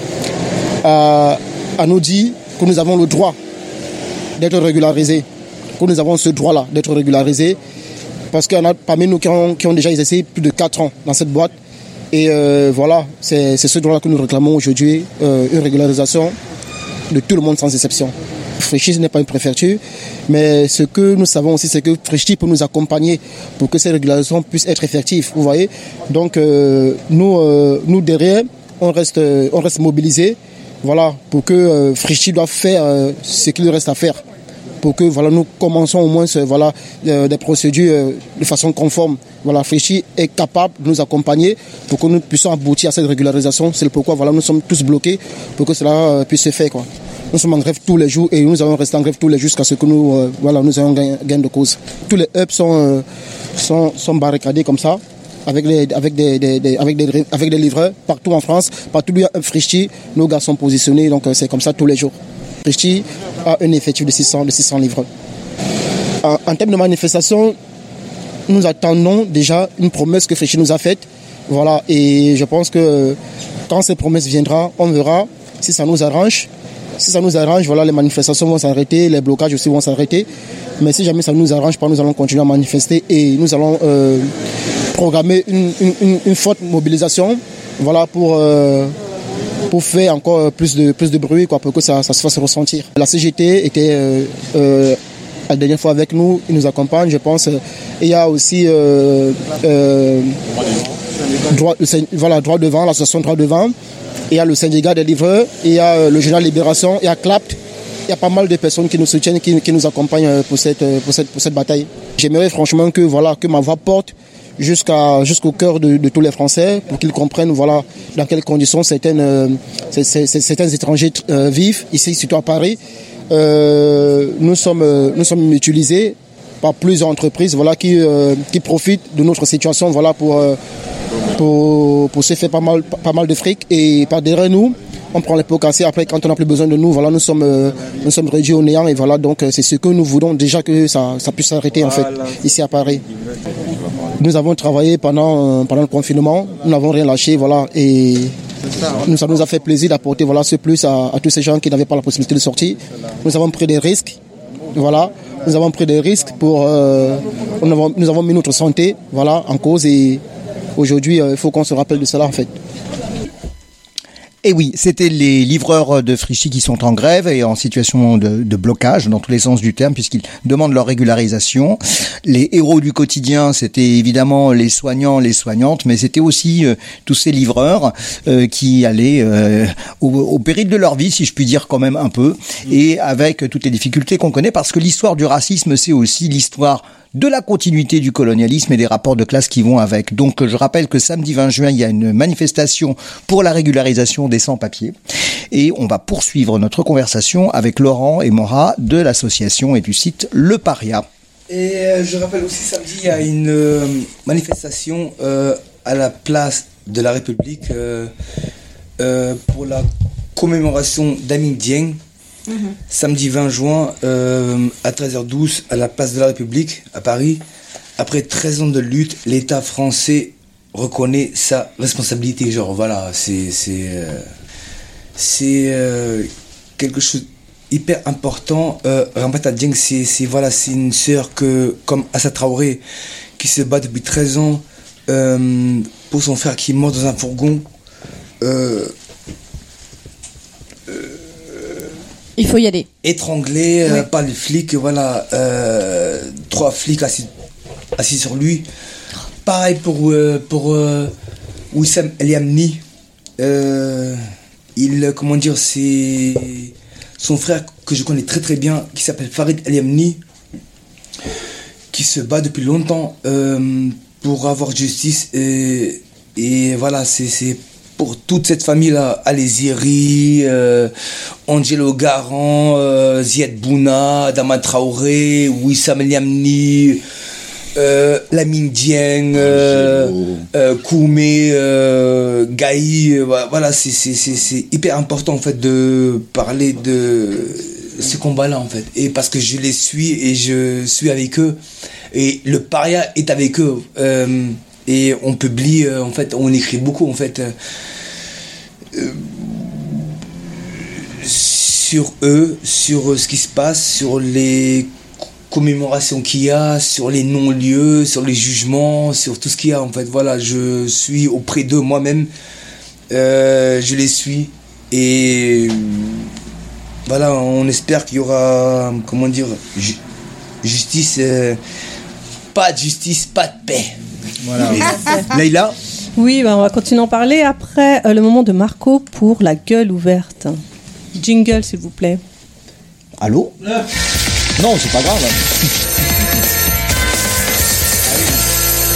à, à nous dire que nous avons le droit d'être régularisés, que nous avons ce droit-là d'être régularisés, parce qu'il y en a parmi nous qui ont, qui ont déjà exercé plus de quatre ans dans cette boîte. Et euh, voilà, c'est, c'est ce droit-là que nous réclamons aujourd'hui, euh, une régularisation de tout le monde sans exception. Frischti, ce n'est pas une préfecture, mais ce que nous savons aussi, c'est que Frischti peut nous accompagner pour que ces régularisations puissent être effectives, vous voyez. Donc, euh, nous, euh, nous, derrière, on reste, on reste mobilisés, voilà, pour que euh, Frischti doive faire euh, ce qu'il lui reste à faire, pour que, voilà, nous commençons au moins, voilà, euh, des procédures euh, de façon conforme. Voilà, Frischti est capable de nous accompagner pour que nous puissions aboutir à cette régularisation. C'est pourquoi, voilà, nous sommes tous bloqués pour que cela euh, puisse se faire, quoi. Nous sommes en grève tous les jours et nous allons rester en grève tous les jours jusqu'à ce que nous, euh, voilà, nous ayons gain, gain de cause. Tous les hubs sont, euh, sont, sont barricadés comme ça. avec les, avec des, des, des, avec des, avec des livreurs partout en France, partout où il y a un Frischti, nos gars sont positionnés, donc c'est comme ça tous les jours. Frischti a un effectif de six cents, de six cents livreurs. En, en termes de manifestation, nous attendons déjà une promesse que Frischti nous a faite. Voilà, et je pense que quand cette promesse viendra, on verra si ça nous arrange. Si ça nous arrange, voilà, les manifestations vont s'arrêter, les blocages aussi vont s'arrêter. Mais si jamais ça ne nous arrange pas, nous allons continuer à manifester et nous allons euh, programmer une, une, une forte mobilisation, voilà, pour, euh, pour faire encore plus de, plus de bruit, quoi, pour que ça, ça se fasse ressentir. La C G T était euh, euh, la dernière fois avec nous, ils nous accompagnent, je pense. Et il y a aussi euh, euh, droit, voilà, droit devant, l'association droit devant. Il y a le syndicat des livreurs, il y a le journal Libération, il y a Clapt. Il y a pas mal de personnes qui nous soutiennent, qui, qui nous accompagnent pour cette, pour cette, pour cette bataille. J'aimerais franchement que, voilà, que ma voix porte jusqu'à, jusqu'au cœur de, de tous les Français pour qu'ils comprennent, voilà, dans quelles conditions certaines, euh, certains étrangers euh, vivent ici, surtout à Paris. Euh, nous sommes, euh, nous sommes utilisés par plusieurs entreprises, voilà, qui, euh, qui profitent de notre situation, voilà, pour, euh, pour, pour se faire pas mal, pas mal de fric. Et par derrière nous, on prend les pots cassés. Après, quand on n'a plus besoin de nous, voilà, nous sommes, euh, nous sommes réduits au néant. Et voilà, donc c'est ce que nous voulons déjà que ça, ça puisse s'arrêter, en fait, ici à Paris. Nous avons travaillé pendant, euh, pendant le confinement. Nous n'avons rien lâché, voilà. Et nous, ça nous a fait plaisir d'apporter, voilà, ce plus à, à tous ces gens qui n'avaient pas la possibilité de sortir. Nous avons pris des risques, voilà. Nous avons pris des risques pour, euh, nous avons, nous avons mis notre santé, voilà, en cause. Et aujourd'hui, euh, il faut qu'on se rappelle de cela, en fait. Et oui, c'était les livreurs de Frischti qui sont en grève et en situation de, de blocage dans tous les sens du terme puisqu'ils demandent leur régularisation. Les héros du quotidien, c'était évidemment les soignants, les soignantes, mais c'était aussi euh, tous ces livreurs euh, qui allaient euh, au, au péril de leur vie, si je puis dire quand même un peu, et avec toutes les difficultés qu'on connaît parce que l'histoire du racisme, c'est aussi l'histoire de la continuité du colonialisme et des rapports de classe qui vont avec. Donc je rappelle que samedi vingt juin, il y a une manifestation pour la régularisation des sans-papiers et on va poursuivre notre conversation avec Laurent et Maura de l'association et du site Le Paria. Et euh, je rappelle aussi samedi, il y a une euh, manifestation euh, à la place de la République euh, euh, pour la commémoration d'Amin Dieng. Mmh. Samedi vingt juin euh, à treize heures douze à la place de la République à Paris. Après treize ans de lutte, l'État français reconnaît sa responsabilité. Genre voilà, c'est c'est euh, c'est euh, quelque chose hyper important. Euh, Ramata Dieng, c'est c'est voilà, c'est une sœur que comme Assa Traoré qui se bat depuis treize ans euh, pour son frère qui est mort dans un fourgon. Euh, Il faut y aller. Étranglé oui. euh, par les flics, voilà, euh, trois flics assis, assis sur lui. Pareil pour, euh, pour euh, Wissam El Yamni. Euh, il, comment dire, c'est son frère que je connais très très bien, qui s'appelle Farid El Yamni, qui se bat depuis longtemps euh, pour avoir justice. Et, et voilà, c'est... c'est pour toute cette famille-là, Aléziri, euh, Angelo Garant, euh, Ziad Bouna, Dama Traoré, Wissam El Yamni, euh, Lamine Dieng, euh, euh, Koumé, euh, Gaï, euh, voilà, c'est, c'est, c'est, c'est hyper important en fait de parler de ce combat-là en fait, et parce que je les suis et je suis avec eux, et le Paria est avec eux. Euh, Et on publie, euh, en fait, on écrit beaucoup, en fait, euh, euh, sur eux, sur euh, ce qui se passe, sur les commémorations qu'il y a, sur les non-lieux, sur les jugements, sur tout ce qu'il y a, en fait. Voilà, je suis auprès d'eux moi-même, euh, je les suis, et voilà, on espère qu'il y aura, comment dire, ju- justice, euh, pas de justice, pas de paix. Voilà. Leïla ? Oui, ben on va continuer à en parler après euh, le moment de Marco pour la gueule ouverte. Jingle, s'il vous plaît. Allô ? Non, c'est pas grave.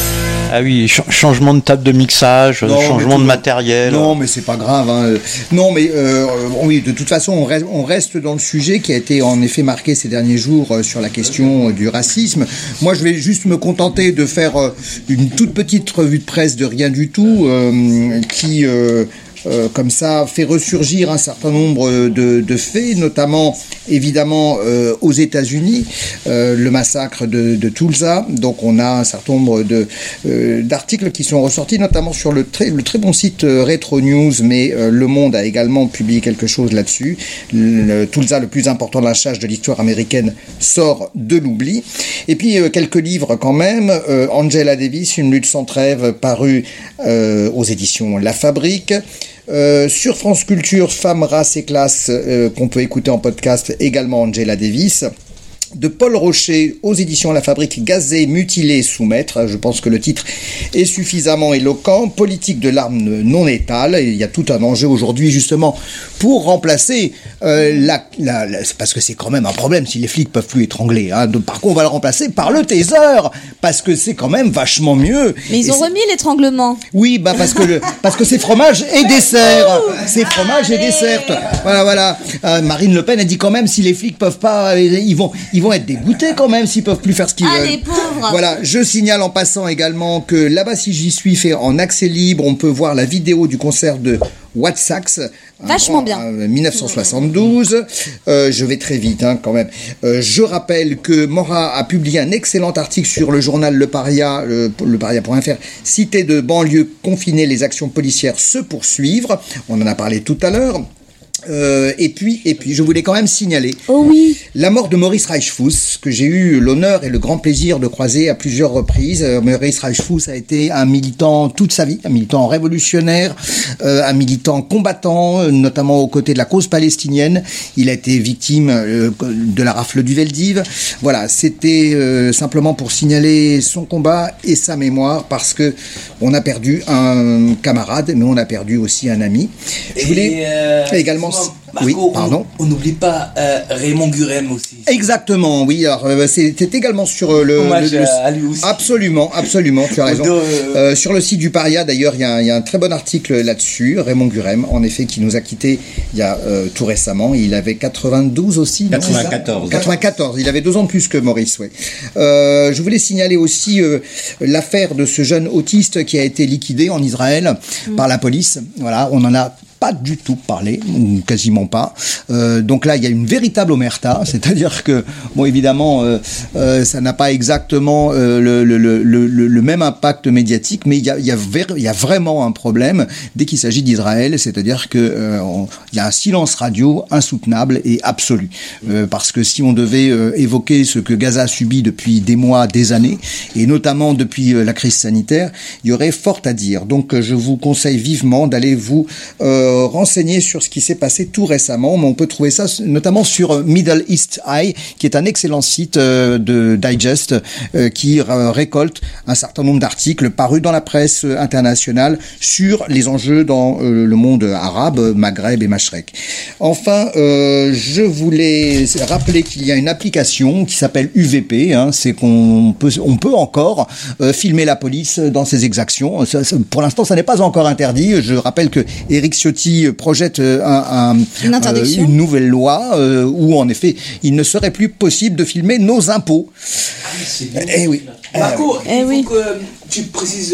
Ah oui, ch- changement de table de mixage, Non, changement mais de tout- matériel. Non, mais c'est pas grave. Hein. Non, mais euh, oui, de toute façon, on reste, on reste dans le sujet qui a été en effet marqué ces derniers jours euh, sur la question euh, du racisme. Moi, je vais juste me contenter de faire euh, une toute petite revue de presse de rien du tout, euh, qui euh, euh, comme ça fait ressurgir un certain nombre de, de faits, notamment évidemment euh, aux États-Unis, euh, le massacre de, de Tulsa. Donc on a un certain nombre de euh, d'articles qui sont ressortis, notamment sur le très le très bon site euh, Retro News, mais euh, Le Monde a également publié quelque chose là-dessus. Le, Tulsa, le plus important lynchage de l'histoire américaine, sort de l'oubli. Et puis euh, quelques livres quand même. Euh, Angela Davis, Une lutte sans trêve, paru euh, aux éditions La Fabrique. Euh, sur France Culture, Femmes, Race et Classe, euh, qu'on peut écouter en podcast, également Angela Davis. De Paul Rocher aux éditions La Fabrique, Gazé, mutilé, soumettre. Je pense que le titre est suffisamment éloquent. Politique de l'arme non létale. Et il y a tout un enjeu aujourd'hui justement pour remplacer euh, la, la, la parce que c'est quand même un problème si les flics peuvent plus étrangler. Hein. Donc, par contre, on va le remplacer par le taser parce que c'est quand même vachement mieux. Mais ils et ont c'est... remis l'étranglement. Oui, bah parce que le, parce que c'est fromage et dessert. C'est fromage et dessert. Voilà, voilà. Euh, Marine Le Pen a dit quand même si les flics peuvent pas, ils vont, ils vont être dégoûtés quand même s'ils peuvent plus faire ce qu'ils Ah, veulent. les pauvres. Voilà. Je signale en passant également que là-bas, si j'y suis, fait en accès libre, on peut voir la vidéo du concert de What Sax. Vachement bien. En dix-neuf cent soixante-douze. Euh, je vais très vite, hein, quand même. Euh, je rappelle que Mora a publié un excellent article sur le journal Le Paria, le, le paria point f r. Cité de banlieue confinée, les actions policières se poursuivre. On en a parlé tout à l'heure. Euh, et puis, et puis, je voulais quand même signaler oh oui. la mort de Maurice Reichfuss, que j'ai eu l'honneur et le grand plaisir de croiser à plusieurs reprises. Euh, Maurice Reichfuss a été un militant toute sa vie, un militant révolutionnaire, euh, un militant combattant, euh, notamment aux côtés de la cause palestinienne. Il a été victime euh, de la rafle du Veldiv. Voilà, c'était euh, simplement pour signaler son combat et sa mémoire, parce que on a perdu un camarade, mais on a perdu aussi un ami. Je voulais Et, euh, également... Marco, oui, pardon. On n'oublie pas euh, Raymond Gurem aussi. Exactement, oui. Alors euh, c'était également sur euh, le, Hommage le, le à lui aussi. Absolument, absolument. Tu as raison. Euh, euh, sur le site du Paria, d'ailleurs, il y, y a un très bon article là-dessus. Raymond Gurem, en effet, qui nous a quittés il y a euh, tout récemment. Il avait quatre-vingt-douze aussi. Non, quatre-vingt-quatorze. quatre-vingt-quatorze. Il avait deux ans de plus que Maurice. Oui. Euh, je voulais signaler aussi euh, l'affaire de ce jeune autiste qui a été liquidé en Israël mmh. par la police. Voilà, on en a pas du tout parlé, ou quasiment pas. Euh, donc là, il y a une véritable omerta, c'est-à-dire que, bon, évidemment, euh, euh, ça n'a pas exactement euh, le, le, le, le, le même impact médiatique, mais il y a, il y a, ver- il y a vraiment un problème dès qu'il s'agit d'Israël, c'est-à-dire que euh, on, il y a un silence radio insoutenable et absolu. Euh, parce que si on devait euh, évoquer ce que Gaza subit depuis des mois, des années, et notamment depuis euh, la crise sanitaire, il y aurait fort à dire. Donc, euh, je vous conseille vivement d'aller vous euh, renseigner sur ce qui s'est passé tout récemment, mais on peut trouver ça notamment sur Middle East Eye, qui est un excellent site euh, de digest euh, qui euh, récolte un certain nombre d'articles parus dans la presse internationale sur les enjeux dans euh, le monde arabe, Maghreb et Mashrek. Enfin, euh, je voulais rappeler qu'il y a une application qui s'appelle U V P, hein, c'est qu'on peut, on peut encore euh, filmer la police dans ses exactions. Ça, ça, pour l'instant, ça n'est pas encore interdit. Je rappelle que Éric Ciotti projette un, un, une, euh, une nouvelle loi euh, où en effet il ne serait plus possible de filmer nos impôts. Ah, c'est bien. Eh oui. Marco, eh il faut oui. que tu précises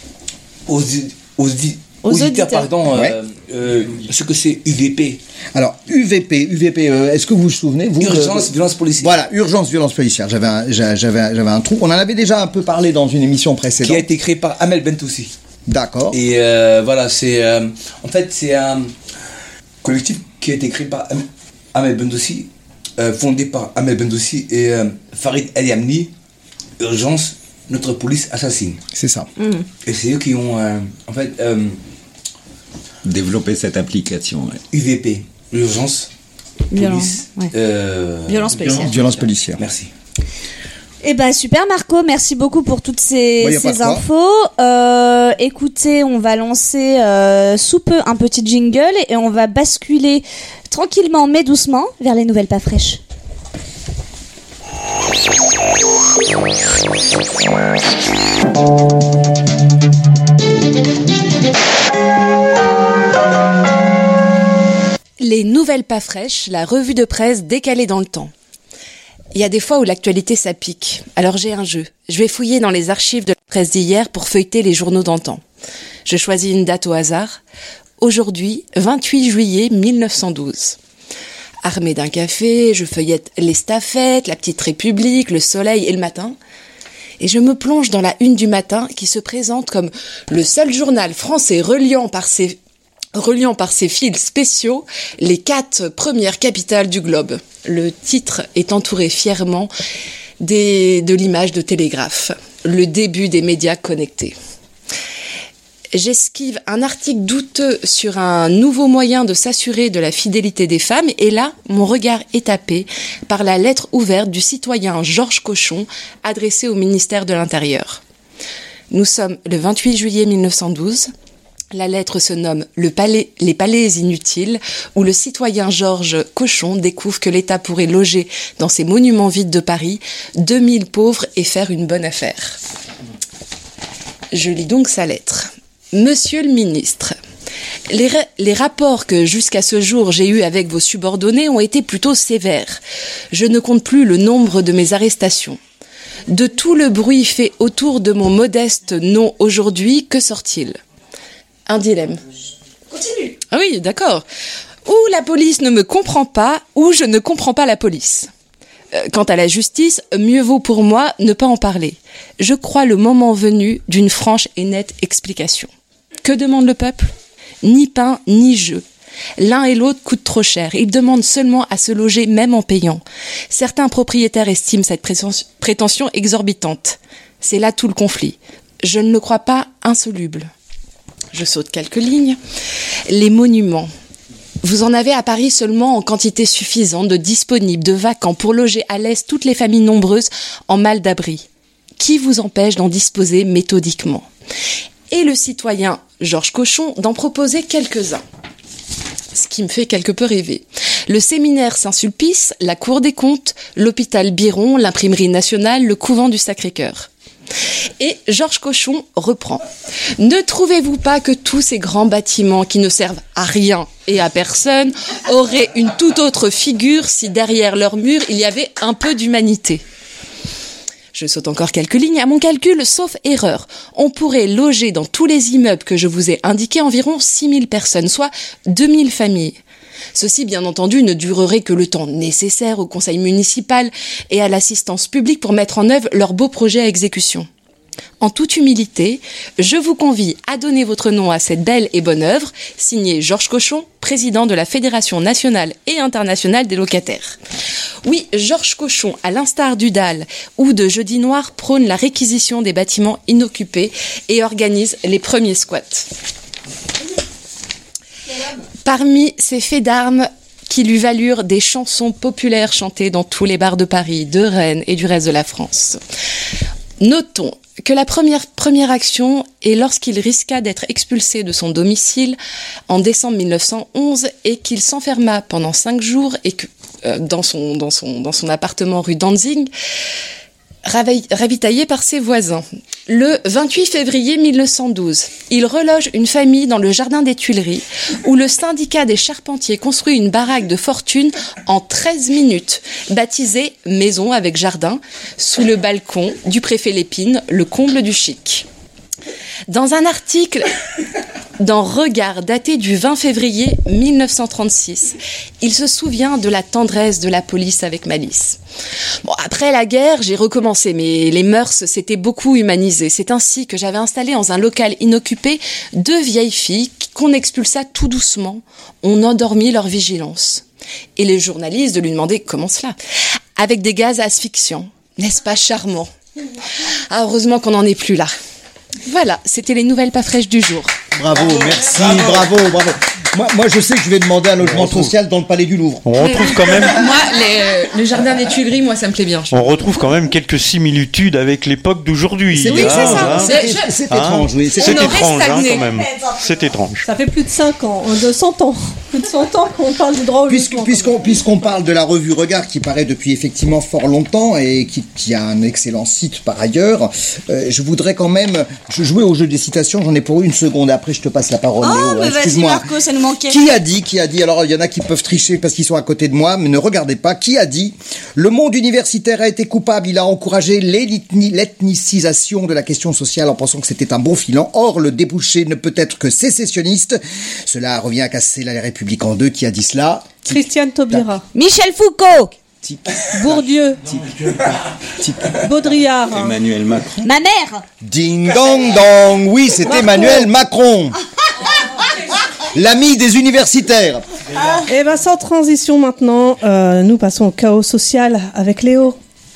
aux, aux, aux auditeurs, auditeurs pardon, ouais. euh, euh, ce que c'est U V P. Alors U V P, U V P, euh, est-ce que vous vous souvenez vous, Urgence, euh, violence policière. Voilà, urgence, violence policière. J'avais un, j'avais, j'avais un trou. On en avait déjà un peu parlé dans une émission précédente. Qui a été créé par Amel Bentoussi. D'accord. Et euh, voilà, c'est euh, en fait c'est un collectif qui a été créé par Amel Bentoussi, euh, fondé par Amel Bentoussi et euh, Farid El Yamni. Urgence, notre police assassine. C'est ça. Mmh. Et c'est eux qui ont euh, en fait euh, développé cette application. Ouais. U V P, urgence, Violence, police, ouais. euh, violence policière. Violence policière. Merci. Eh ben super Marco, merci beaucoup pour toutes ces, ouais, ces infos. Euh, écoutez, on va lancer euh, sous peu un petit jingle et on va basculer tranquillement mais doucement vers les nouvelles pas fraîches. nouvelles pas fraîches, la revue de presse décalée dans le temps. Il y a des fois où l'actualité ça pique. Alors j'ai un jeu. Je vais fouiller dans les archives de la presse d'hier pour feuilleter les journaux d'antan. Je choisis une date au hasard. Aujourd'hui, vingt-huit juillet mille neuf cent douze. Armée d'un café, je feuillette l'Estafette, la Petite République, le Soleil et le Matin. Et je me plonge dans la une du Matin qui se présente comme le seul journal français reliant par ses, reliant par ses fils spéciaux les quatre premières capitales du globe. Le titre est entouré fièrement des, de l'image de Télégraphe, le début des médias connectés. J'esquive un article douteux sur un nouveau moyen de s'assurer de la fidélité des femmes et là, mon regard est tapé par la lettre ouverte du citoyen Georges Cochon adressée au ministère de l'Intérieur. Nous sommes le vingt-huit juillet mille neuf cent douze. La lettre se nomme le palais, Les palais inutiles, où le citoyen Georges Cochon découvre que l'État pourrait loger dans ces monuments vides de Paris deux mille pauvres et faire une bonne affaire. Je lis donc sa lettre. Monsieur le ministre, les, ra- les rapports que jusqu'à ce jour j'ai eus avec vos subordonnés ont été plutôt sévères. Je ne compte plus le nombre de mes arrestations. De tout le bruit fait autour de mon modeste nom aujourd'hui, que sort-il ? Un dilemme. Continue. Ah oui, d'accord. Ou la police ne me comprend pas, ou je ne comprends pas la police. Euh, quant à la justice, mieux vaut pour moi ne pas en parler. Je crois le moment venu d'une franche et nette explication. Que demande le peuple ? Ni pain, ni jeu. L'un et l'autre coûtent trop cher. Ils demandent seulement à se loger même en payant. Certains propriétaires estiment cette prétention exorbitante. C'est là tout le conflit. Je ne le crois pas insoluble. Je saute quelques lignes. Les monuments. Vous en avez à Paris seulement en quantité suffisante de disponibles, de vacants pour loger à l'aise toutes les familles nombreuses en mal d'abri. Qui vous empêche d'en disposer méthodiquement ? Et le citoyen Georges Cochon d'en proposer quelques-uns. Ce qui me fait quelque peu rêver. Le séminaire Saint-Sulpice, la Cour des comptes, l'hôpital Biron, l'imprimerie nationale, le couvent du Sacré-Cœur. Et Georges Cochon reprend. Ne trouvez-vous pas que tous ces grands bâtiments qui ne servent à rien et à personne auraient une toute autre figure si derrière leurs murs il y avait un peu d'humanité ? Je saute encore quelques lignes. À mon calcul, sauf erreur, on pourrait loger dans tous les immeubles que je vous ai indiqués environ six mille personnes, soit deux mille familles. Ceci, bien entendu, ne durerait que le temps nécessaire au conseil municipal et à l'assistance publique pour mettre en œuvre leurs beaux projets à exécution. En toute humilité, je vous convie à donner votre nom à cette belle et bonne œuvre, signé Georges Cochon, président de la Fédération nationale et internationale des locataires. Oui, Georges Cochon, à l'instar du D A L ou de Jeudi Noir, prône la réquisition des bâtiments inoccupés et organise les premiers squats. Parmi ces faits d'armes qui lui valurent des chansons populaires chantées dans tous les bars de Paris, de Rennes et du reste de la France. Notons que la première, première action est lorsqu'il risqua d'être expulsé de son domicile en décembre mille neuf cent onze et qu'il s'enferma pendant cinq jours et que, euh, dans, son, dans, son, dans son appartement rue Danzig, ravitaillé par ses voisins. Le vingt-huit février mille neuf cent douze, il reloge une famille dans le jardin des Tuileries où le syndicat des charpentiers construit une baraque de fortune en treize minutes, baptisée « Maison avec jardin » sous le balcon du préfet Lépine, le comble du chic. Dans un article dans Regard daté du vingt février mille neuf cent trente-six, il se souvient de la tendresse de la police avec malice. Bon, après la guerre, j'ai recommencé, mais les mœurs s'étaient beaucoup humanisées. C'est ainsi que j'avais installé dans un local inoccupé deux vieilles filles qu'on expulsa tout doucement. On endormit leur vigilance. Et les journalistes de lui demander comment cela ? Avec des gaz asphyxiants. N'est-ce pas charmant ? Ah, heureusement qu'on n'en est plus là. Voilà, c'était les nouvelles pas fraîches du jour. Bravo, merci, bravo, bravo. Moi, moi, je sais que je vais demander un logement social dans le Palais du Louvre. On retrouve quand même... Moi, les, le jardin des Tuileries, moi, ça me plaît bien. On retrouve quand même quelques similitudes avec l'époque d'aujourd'hui. C'est, oui, hein, c'est ça. hein. C'est, c'est, c'est hein étrange, oui. C'est, c'est on étrange, aurait hein, stagné. quand même. C'est étrange. Ça fait plus de cinq ans, de cent ans. Plus de cent ans qu'on parle du droit au Puisque, logement. puisqu'on, puisqu'on parle de la revue Regard qui paraît depuis effectivement fort longtemps et qui, qui a un excellent site par ailleurs, euh, je voudrais quand même je jouer au jeu des citations. J'en ai pour une seconde. Après, je te passe la parole. Oh, Léo, mais vas-y, excuse-moi. Marco, ça nous nous manquait. Qui a dit, qui a dit, alors il y en a qui peuvent tricher parce qu'ils sont à côté de moi, mais ne regardez pas, qui a dit, le monde universitaire a été coupable, il a encouragé l'ethni- l'ethnicisation de la question sociale en pensant que c'était un bon filant. Or, le débouché ne peut être que sécessionniste. Cela revient à casser la République en deux. Qui a dit cela? Christiane Taubira. Michel Foucault. Tic. Bourdieu. Tic. Baudrillard. Emmanuel Macron. Ma mère. Ding dong dong. Oui, c'est Macron. Emmanuel Macron. L'ami des universitaires. Et ben sans transition maintenant, euh, nous passons au chaos social avec Léo.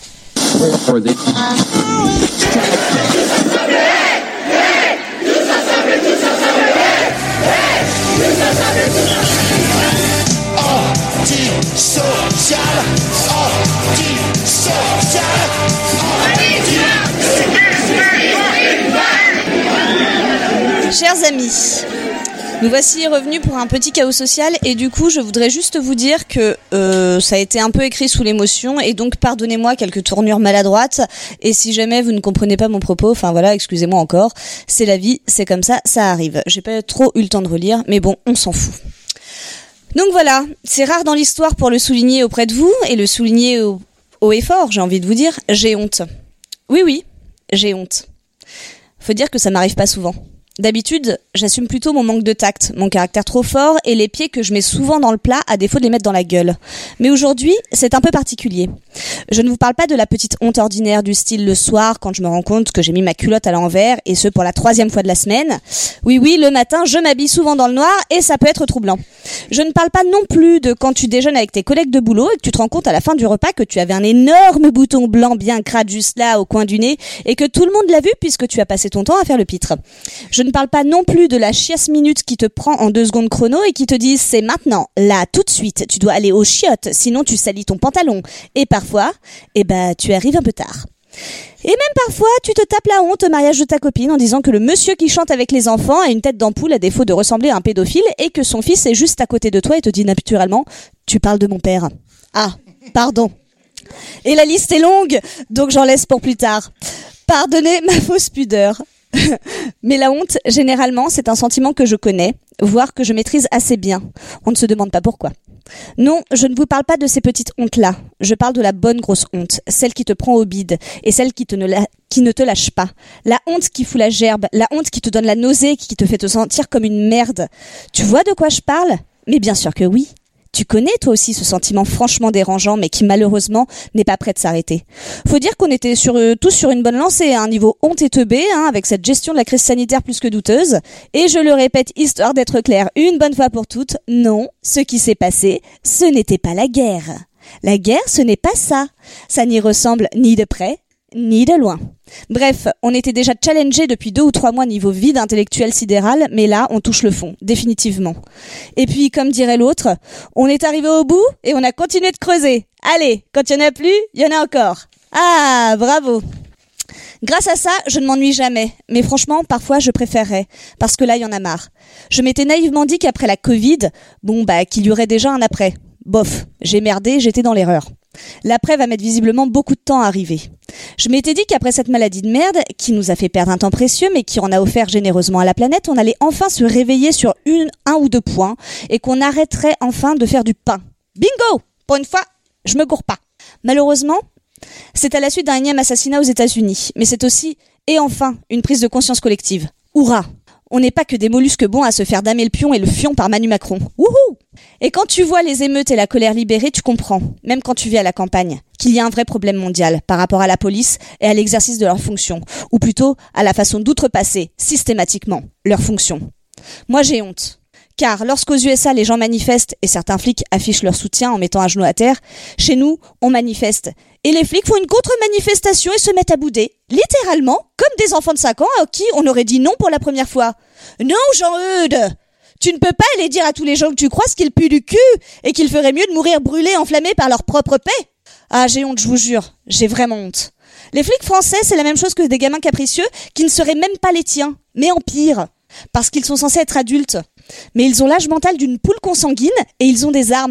Anti-social, anti-social. Chers amis, nous voici revenus pour un petit chaos social et du coup je voudrais juste vous dire que euh, ça a été un peu écrit sous l'émotion et donc pardonnez-moi quelques tournures maladroites et si jamais vous ne comprenez pas mon propos, enfin voilà, excusez-moi encore, c'est la vie, c'est comme ça, ça arrive. J'ai pas trop eu le temps de relire mais bon, on s'en fout. Donc voilà, c'est rare dans l'histoire pour le souligner auprès de vous et le souligner au, haut et fort, j'ai envie de vous dire, j'ai honte. Oui oui, j'ai honte. Faut dire que ça m'arrive pas souvent. D'habitude, j'assume plutôt mon manque de tact, mon caractère trop fort et les pieds que je mets souvent dans le plat à défaut de les mettre dans la gueule. Mais aujourd'hui, c'est un peu particulier. Je ne vous parle pas de la petite honte ordinaire du style le soir quand je me rends compte que j'ai mis ma culotte à l'envers et ce pour la troisième fois de la semaine. Oui oui, le matin, je m'habille souvent dans le noir et ça peut être troublant. Je ne parle pas non plus de quand tu déjeunes avec tes collègues de boulot et que tu te rends compte à la fin du repas que tu avais un énorme bouton blanc bien crade juste là au coin du nez et que tout le monde l'a vu puisque tu as passé ton temps à faire le pitre. Je Je ne parle pas non plus de la chiasse minute qui te prend en deux secondes chrono et qui te dit c'est maintenant, là, tout de suite, tu dois aller aux chiottes, sinon tu salis ton pantalon. Et parfois, eh ben, tu arrives un peu tard. Et même parfois, tu te tapes la honte au mariage de ta copine en disant que le monsieur qui chante avec les enfants a une tête d'ampoule à défaut de ressembler à un pédophile et que son fils est juste à côté de toi et te dit naturellement « Tu parles de mon père ». Ah, pardon. Et la liste est longue, donc j'en laisse pour plus tard. Pardonnez ma fausse pudeur. Mais la honte, généralement, c'est un sentiment que je connais, voire que je maîtrise assez bien. On ne se demande pas pourquoi. Non, je ne vous parle pas de ces petites hontes-là. Je parle de la bonne grosse honte, celle qui te prend au bide et celle qui, te ne, la... qui ne te lâche pas. La honte qui fout la gerbe, la honte qui te donne la nausée, qui te fait te sentir comme une merde. Tu vois de quoi je parle ? Mais bien sûr que oui. Tu connais toi aussi ce sentiment franchement dérangeant mais qui malheureusement n'est pas prêt de s'arrêter. Faut dire qu'on était sur, euh, tous sur une bonne lancée, hein, niveau honte et teubé, hein, avec cette gestion de la crise sanitaire plus que douteuse. Et je le répète histoire d'être clair une bonne fois pour toutes, non, ce qui s'est passé, ce n'était pas la guerre. La guerre, ce n'est pas ça. Ça n'y ressemble ni de près, ni de loin. Bref, on était déjà challengé depuis deux ou trois mois niveau vide intellectuel sidéral, mais là, on touche le fond, définitivement. Et puis, comme dirait l'autre, on est arrivé au bout et on a continué de creuser. Allez, quand il y en a plus, il y en a encore. Ah, bravo. Grâce à ça, je ne m'ennuie jamais. Mais franchement, parfois, je préférerais. Parce que là, il y en a marre. Je m'étais naïvement dit qu'après la Covid, bon, bah, qu'il y aurait déjà un après. Bof, j'ai merdé, j'étais dans l'erreur. L'après va mettre visiblement beaucoup de temps à arriver. Je m'étais dit qu'après cette maladie de merde, qui nous a fait perdre un temps précieux, mais qui en a offert généreusement à la planète, on allait enfin se réveiller sur une, un ou deux points, et qu'on arrêterait enfin de faire du pain. Bingo! Pour une fois, je me gourre pas. Malheureusement, c'est à la suite d'un énième assassinat aux États-Unis, mais c'est aussi, et enfin, une prise de conscience collective. Hourra! On n'est pas que des mollusques bons à se faire damer le pion et le fion par Manu Macron. Wouhou! Et quand tu vois les émeutes et la colère libérée, tu comprends, même quand tu vis à la campagne, qu'il y a un vrai problème mondial par rapport à la police et à l'exercice de leurs fonctions, ou plutôt à la façon d'outrepasser, systématiquement, leurs fonctions. Moi j'ai honte. Car lorsqu'aux U S A les gens manifestent et certains flics affichent leur soutien en mettant un genou à terre, chez nous, on manifeste. Et les flics font une contre-manifestation et se mettent à bouder. Littéralement, comme des enfants de cinq ans à qui on aurait dit non pour la première fois. Non, Jean-Eudes! Tu ne peux pas aller dire à tous les gens que tu croises qu'ils puent du cul et qu'il ferait mieux de mourir brûlés, enflammés par leur propre paix. Ah, j'ai honte, je vous jure. J'ai vraiment honte. Les flics français, c'est la même chose que des gamins capricieux qui ne seraient même pas les tiens, mais en pire. Parce qu'ils sont censés être adultes. Mais ils ont l'âge mental d'une poule consanguine et ils ont des armes.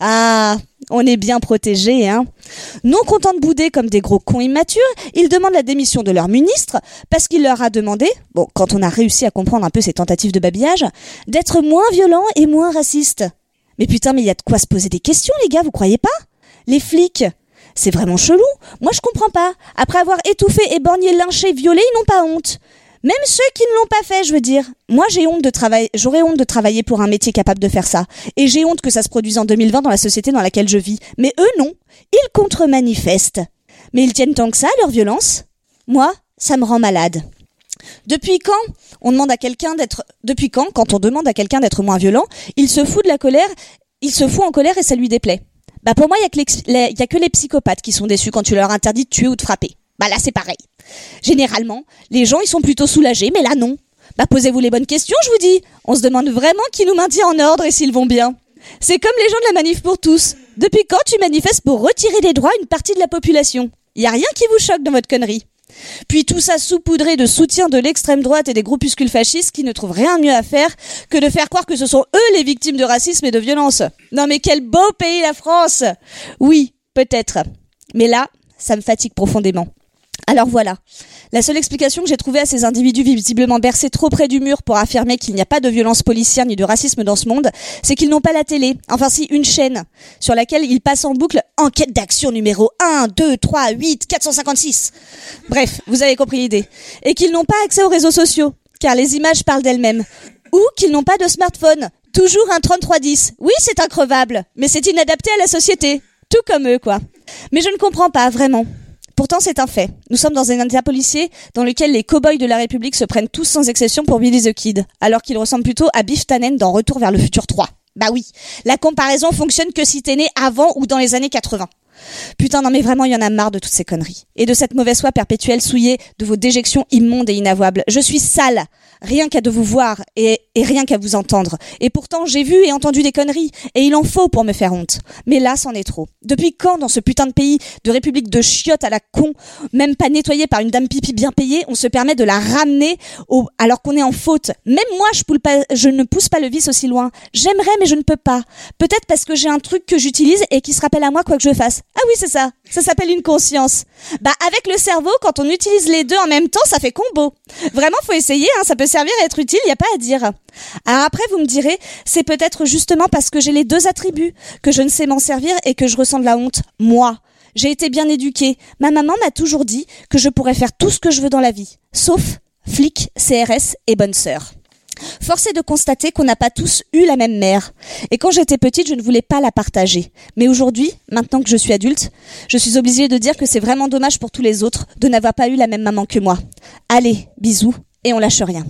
Ah, on est bien protégés, hein. Non contents de bouder comme des gros cons immatures, ils demandent la démission de leur ministre parce qu'il leur a demandé, bon, quand on a réussi à comprendre un peu ces tentatives de babillage, d'être moins violents et moins racistes. Mais putain, mais il y a de quoi se poser des questions, les gars, vous croyez pas? Les flics, c'est vraiment chelou. Moi, je comprends pas. Après avoir étouffé, éborgné, lynché, violé, ils n'ont pas honte. Même ceux qui ne l'ont pas fait, je veux dire. Moi, j'ai honte de travailler, j'aurais honte de travailler pour un métier capable de faire ça. Et j'ai honte que ça se produise en deux mille vingt dans la société dans laquelle je vis. Mais eux, non. Ils contre-manifestent. Mais ils tiennent tant que ça, leur violence? Moi, ça me rend malade. Depuis quand on demande à quelqu'un d'être, depuis quand, quand on demande à quelqu'un d'être moins violent, il se fout de la colère, il se fout en colère et ça lui déplaît. Bah, pour moi, il y a que les, les, y a que les psychopathes qui sont déçus quand tu leur interdis de tuer ou de frapper. Bah là, c'est pareil. Généralement, les gens, ils sont plutôt soulagés, mais là, non. Bah, posez-vous les bonnes questions, je vous dis. On se demande vraiment qui nous maintient en ordre et s'ils vont bien. C'est comme les gens de la manif pour tous. Depuis quand tu manifestes pour retirer des droits à une partie de la population? Y a rien qui vous choque dans votre connerie. Puis tout ça saupoudré de soutien de l'extrême droite et des groupuscules fascistes qui ne trouvent rien de mieux à faire que de faire croire que ce sont eux les victimes de racisme et de violence. Non mais quel beau pays la France! Oui, peut-être. Mais là, ça me fatigue profondément. Alors voilà, la seule explication que j'ai trouvée à ces individus visiblement bercés trop près du mur pour affirmer qu'il n'y a pas de violence policière ni de racisme dans ce monde, c'est qu'ils n'ont pas la télé, enfin si une chaîne, sur laquelle ils passent en boucle enquête d'action numéro un, deux, trois, huit, quatre cent cinquante-six. Bref, vous avez compris l'idée. Et qu'ils n'ont pas accès aux réseaux sociaux, car les images parlent d'elles-mêmes. Ou qu'ils n'ont pas de smartphone, toujours un trente-trois dix. Oui, c'est increvable, mais c'est inadapté à la société. Tout comme eux, quoi. Mais je ne comprends pas, vraiment. Pourtant, c'est un fait. Nous sommes dans un état policier dans lequel les cow-boys de la République se prennent tous sans exception pour Billy the Kid, alors qu'ils ressemblent plutôt à Biff Tannen dans Retour vers le futur trois. Bah oui, la comparaison fonctionne que si t'es né avant ou dans les années quatre-vingts. Putain, non mais vraiment, il y en a marre de toutes ces conneries. Et de cette mauvaise foi perpétuelle souillée de vos déjections immondes et inavouables. Je suis sale, rien qu'à de vous voir et, et rien qu'à vous entendre. Et pourtant, j'ai vu et entendu des conneries, et il en faut pour me faire honte. Mais là, c'en est trop. Depuis quand, dans ce putain de pays de république de chiottes à la con, même pas nettoyée par une dame pipi bien payée, on se permet de la ramener au, alors qu'on est en faute. Même moi, je, poule pas, je ne pousse pas le vice aussi loin. J'aimerais, mais je ne peux pas. Peut-être parce que j'ai un truc que j'utilise et qui se rappelle à moi quoi que je fasse. Ah oui, c'est ça. Ça s'appelle une conscience. Bah, avec le cerveau, quand on utilise les deux en même temps, ça fait combo. Vraiment, faut essayer, hein. Ça peut servir à être utile, y a pas à dire. Alors après, vous me direz, c'est peut-être justement parce que j'ai les deux attributs que je ne sais m'en servir et que je ressens de la honte. Moi, j'ai été bien éduquée. Ma maman m'a toujours dit que je pourrais faire tout ce que je veux dans la vie. Sauf flic, C R S et bonne sœur. Force est de constater qu'on n'a pas tous eu la même mère. Et quand j'étais petite, je ne voulais pas la partager. Mais aujourd'hui, maintenant que je suis adulte, je suis obligée de dire que c'est vraiment dommage pour tous les autres de n'avoir pas eu la même maman que moi. Allez, bisous, et on lâche rien.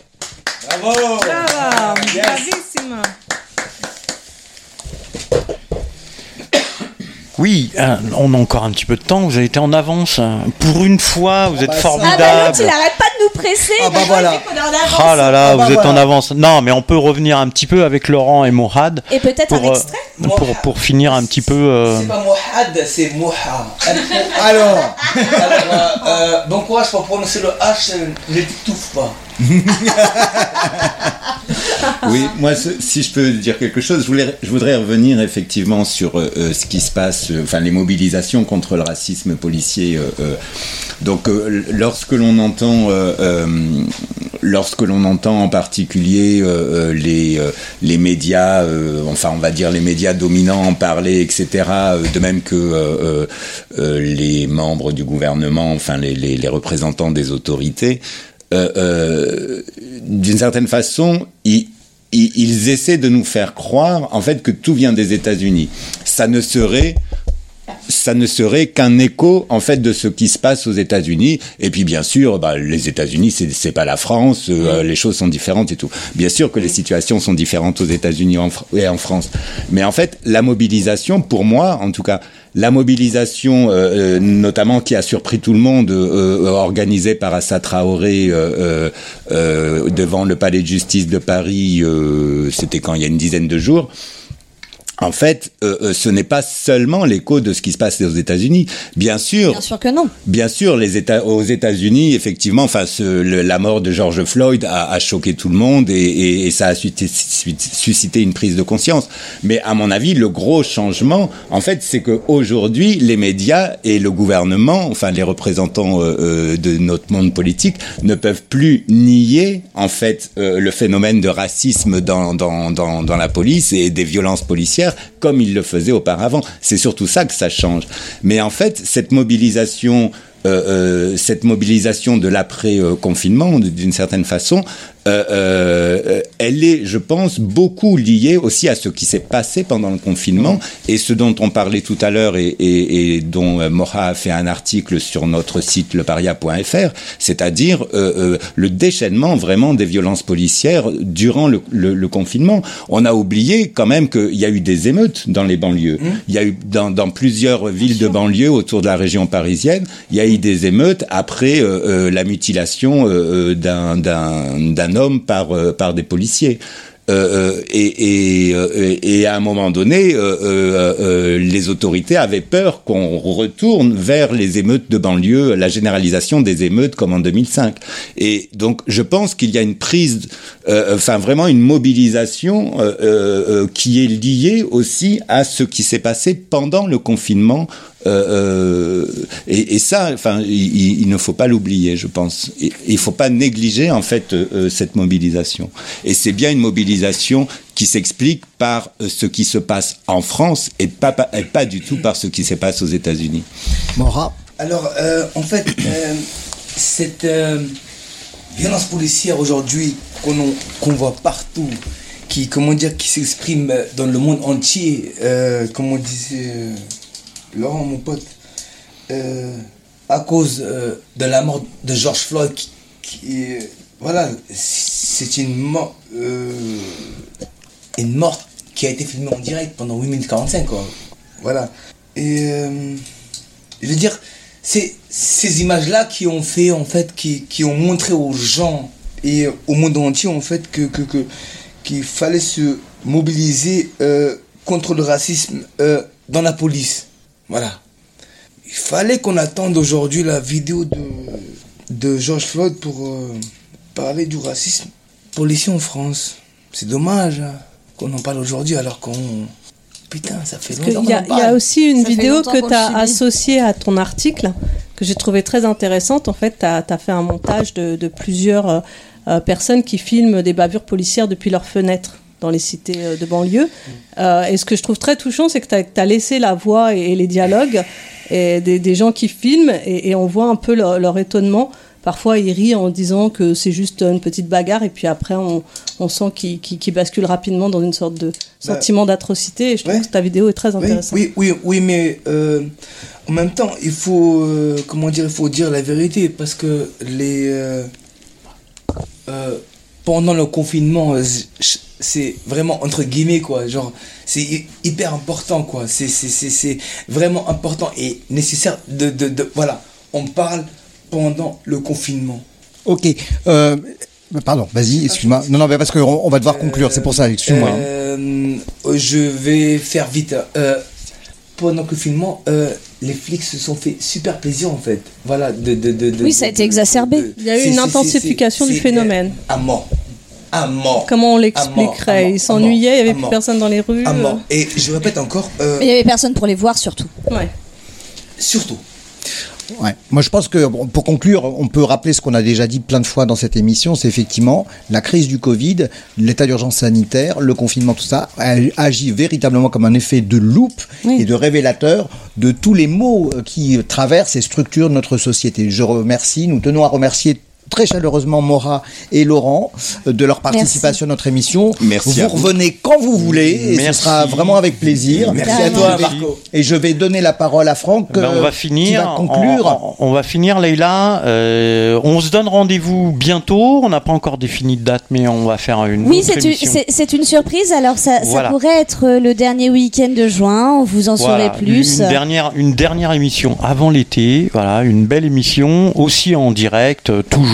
Bravo! Bravo! Yes. Bravissima! Oui, euh, on a encore un petit peu de temps, vous avez été en avance. Pour une fois, vous ah êtes bah formidable. Ah bah l'autre, il arrête pas de nous presser. Ah bah voilà. Ah là là, ah bah vous êtes voilà. en avance. Non, mais on peut revenir un petit peu avec Laurent et Mohad. Et peut-être pour, un extrait euh, pour, pour finir un petit peu... Euh... C'est pas Mohad, c'est Moha. Alors, Alors euh, euh, bon courage pour prononcer le H, ne t'étouffe pas. Oui, moi, ce- si je peux dire quelque chose, je, voulais, je voudrais revenir effectivement sur euh, ce qui se passe, euh, enfin les mobilisations contre le racisme policier. Euh, euh. Donc, euh, lorsque l'on entend, euh, euh, lorsque l'on entend en particulier euh, euh, les euh, les médias, euh, enfin on va dire les médias dominants en parler, et cetera. euh, De même que euh, euh, les membres du gouvernement, enfin les, les, les représentants des autorités. Euh, euh, d'une certaine façon, ils, ils, ils essaient de nous faire croire, en fait, que tout vient des États-Unis. Ça ne serait, ça ne serait qu'un écho, en fait, de ce qui se passe aux États-Unis. Et puis, bien sûr, bah, les États-Unis, c'est, c'est pas la France. Euh, les choses sont différentes et tout. Bien sûr que les situations sont différentes aux États-Unis en Fr- et en France. Mais en fait, la mobilisation, pour moi, en tout cas. La mobilisation, euh, notamment qui a surpris tout le monde, euh, organisée par Assa Traoré euh, euh, devant le palais de justice de Paris, euh, c'était quand il y a une dizaine de jours. En fait, euh, euh, ce n'est pas seulement l'écho de ce qui se passe aux États-Unis. Bien sûr. Bien sûr que non. Bien sûr, les États, aux États-Unis, effectivement, enfin, ce, le, la mort de George Floyd a, a choqué tout le monde et, et, et ça a suscité une prise de conscience. Mais à mon avis, le gros changement, en fait, c'est que aujourd'hui, les médias et le gouvernement, enfin, les représentants euh, de notre monde politique, ne peuvent plus nier, en fait, euh, le phénomène de racisme dans, dans, dans, dans la police et des violences policières, comme il le faisait auparavant. C'est surtout ça que ça change. Mais en fait, cette mobilisation, euh, euh, cette mobilisation de l'après-confinement, d'une certaine façon, euh, euh, elle est, je pense, beaucoup liée aussi à ce qui s'est passé pendant le confinement et ce dont on parlait tout à l'heure et, et, et dont euh, Maura a fait un article sur notre site leparia point f r, c'est-à-dire euh, euh, le déchaînement vraiment des violences policières durant le, le, le confinement. On a oublié quand même qu'il y a eu des émeutes dans les banlieues. Mmh. Il y a eu dans, dans plusieurs villes de banlieue autour de la région parisienne, il y a eu des émeutes après euh, euh, la mutilation euh, d'un, d'un, d'un homme par, euh, par des policiers. Euh, et, et, et à un moment donné, euh, euh, euh, les autorités avaient peur qu'on retourne vers les émeutes de banlieue, la généralisation des émeutes comme en deux mille cinq. Et donc, je pense qu'il y a une prise, euh, enfin vraiment une mobilisation euh, euh, qui est liée aussi à ce qui s'est passé pendant le confinement. Euh, et, et ça, enfin, il, il ne faut pas l'oublier, je pense. Et, il ne faut pas négliger en fait euh, cette mobilisation. Et c'est bien une mobilisation qui s'explique par euh, ce qui se passe en France et pas, pas, et pas du tout par ce qui se passe aux États-Unis. Maura. Alors, euh, en fait, euh, cette euh, violence policière aujourd'hui qu'on, qu'on voit partout, qui, comment dire, qui s'exprime dans le monde entier, euh, comme on disait. Euh, Laurent, mon pote, euh, à cause euh, de la mort de George Floyd, qui, qui euh, voilà, c'est une mort, euh, une mort qui a été filmée en direct pendant huit minutes quarante-cinq, quoi. Voilà. Et euh, je veux dire, c'est ces images-là qui ont fait, en fait, qui, qui ont montré aux gens et au monde entier, en fait, que, que, que, qu'il fallait se mobiliser euh, contre le racisme euh, dans la police. Voilà. Il fallait qu'on attende aujourd'hui la vidéo de, de George Floyd pour euh, parler du racisme policier en France. C'est dommage hein, qu'on en parle aujourd'hui alors qu'on... Putain, ça fait longtemps qu'on en parle. Il y a aussi une ça vidéo que tu as associée à ton article que j'ai trouvé très intéressante. En fait, tu as fait un montage de, de plusieurs euh, personnes qui filment des bavures policières depuis leurs fenêtres dans les cités de banlieue. Euh, et ce que je trouve très touchant, c'est que tu as laissé la voix et, et les dialogues et des, des gens qui filment et, et on voit un peu leur, leur étonnement. Parfois, ils rient en disant que c'est juste une petite bagarre et puis après, on, on sent qu'ils, qu'ils, qu'ils basculent rapidement dans une sorte de sentiment bah, d'atrocité. Et je trouve ouais. que ta vidéo est très intéressante. Oui, oui, oui, oui mais euh, en même temps, il faut, euh, comment dire, il faut dire la vérité parce que les... Euh, euh, pendant le confinement, c'est vraiment entre guillemets quoi, genre c'est hyper important quoi, c'est c'est c'est c'est vraiment important et nécessaire de de de voilà, on parle pendant le confinement. Ok, euh, pardon, vas-y, excuse-moi. Non non, mais parce que on, on va devoir conclure, c'est pour ça, excuse-moi. Euh, je vais faire vite. Euh, pendant le confinement, euh, les flics se sont fait super plaisir en fait. Voilà, de, de, de, de oui, ça a été exacerbé. De, de, Il y a eu une intensification du phénomène. À mort. À mort. Comment on l'expliquerait? Ils s'ennuyaient, il n'y avait plus personne dans les rues. À mort. Et je répète encore. Euh... Mais il n'y avait personne pour les voir surtout. Ouais. Surtout. Ouais. Moi, je pense que bon, pour conclure, on peut rappeler ce qu'on a déjà dit plein de fois dans cette émission, c'est effectivement la crise du Covid, l'état d'urgence sanitaire, le confinement, tout ça, agit véritablement comme un effet de loupe oui. et de révélateur de tous les maux qui traversent et structurent notre société. Je remercie, nous tenons à remercier très chaleureusement Maura et Laurent de leur participation Merci. à notre émission. Merci vous revenez quand vous voulez et Merci. ce sera vraiment avec plaisir. Merci, Merci à toi Marco. Et je vais donner la parole à Franck ben on va finir, qui va conclure. On, on, on va finir Leïla. Euh, on se donne rendez-vous bientôt. On n'a pas encore défini de date mais on va faire une Oui, autre c'est émission. Une, c'est, c'est une surprise. Alors ça, voilà. ça pourrait être le dernier week-end de juin. On vous en voilà. saurez plus. Une dernière, une dernière émission avant l'été. Voilà, une belle émission aussi en direct, toujours.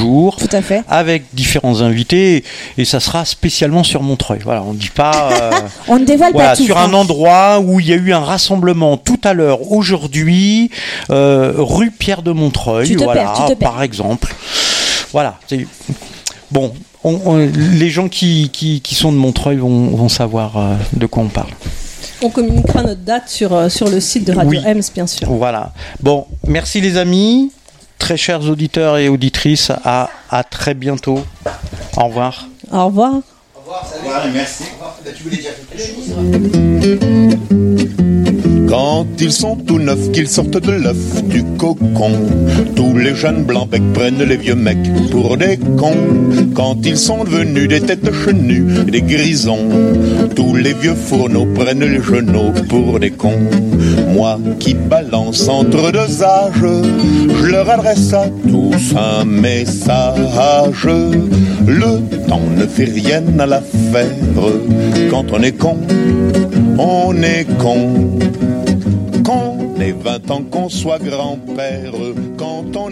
jours. Tout à fait. Avec différents invités, et ça sera spécialement sur Montreuil. Voilà, on ne dit pas. Euh, on ne dévoile voilà, pas tout. Sur un endroit où il y a eu un rassemblement tout à l'heure, aujourd'hui, euh, rue Pierre de Montreuil. Tu te voilà, perds, tu te perds. par exemple. Voilà. C'est... Bon, on, on, les gens qui, qui, qui sont de Montreuil vont, vont savoir euh, de quoi on parle. On communiquera notre date sur, euh, sur le site de Radio Oui. Ems, bien sûr. Voilà. Bon, merci les amis, très chers auditeurs et auditrices, à, à très bientôt. Au revoir. Au revoir. Au revoir, salut. Merci. Tu voulais dire quelque chose ? Quand ils sont tout neufs, qu'ils sortent de l'œuf du cocon, tous les jeunes blancs becs prennent les vieux mecs pour des cons. Quand ils sont devenus des têtes chenues, des grisons, tous les vieux fourneaux prennent les genoux pour des cons. Moi qui balance entre deux âges, je leur adresse à tous un message. Le temps ne fait rien à l'affaire. Quand on est con, on est con. Qu'on ait vingt ans, qu'on soit grand-père, quand on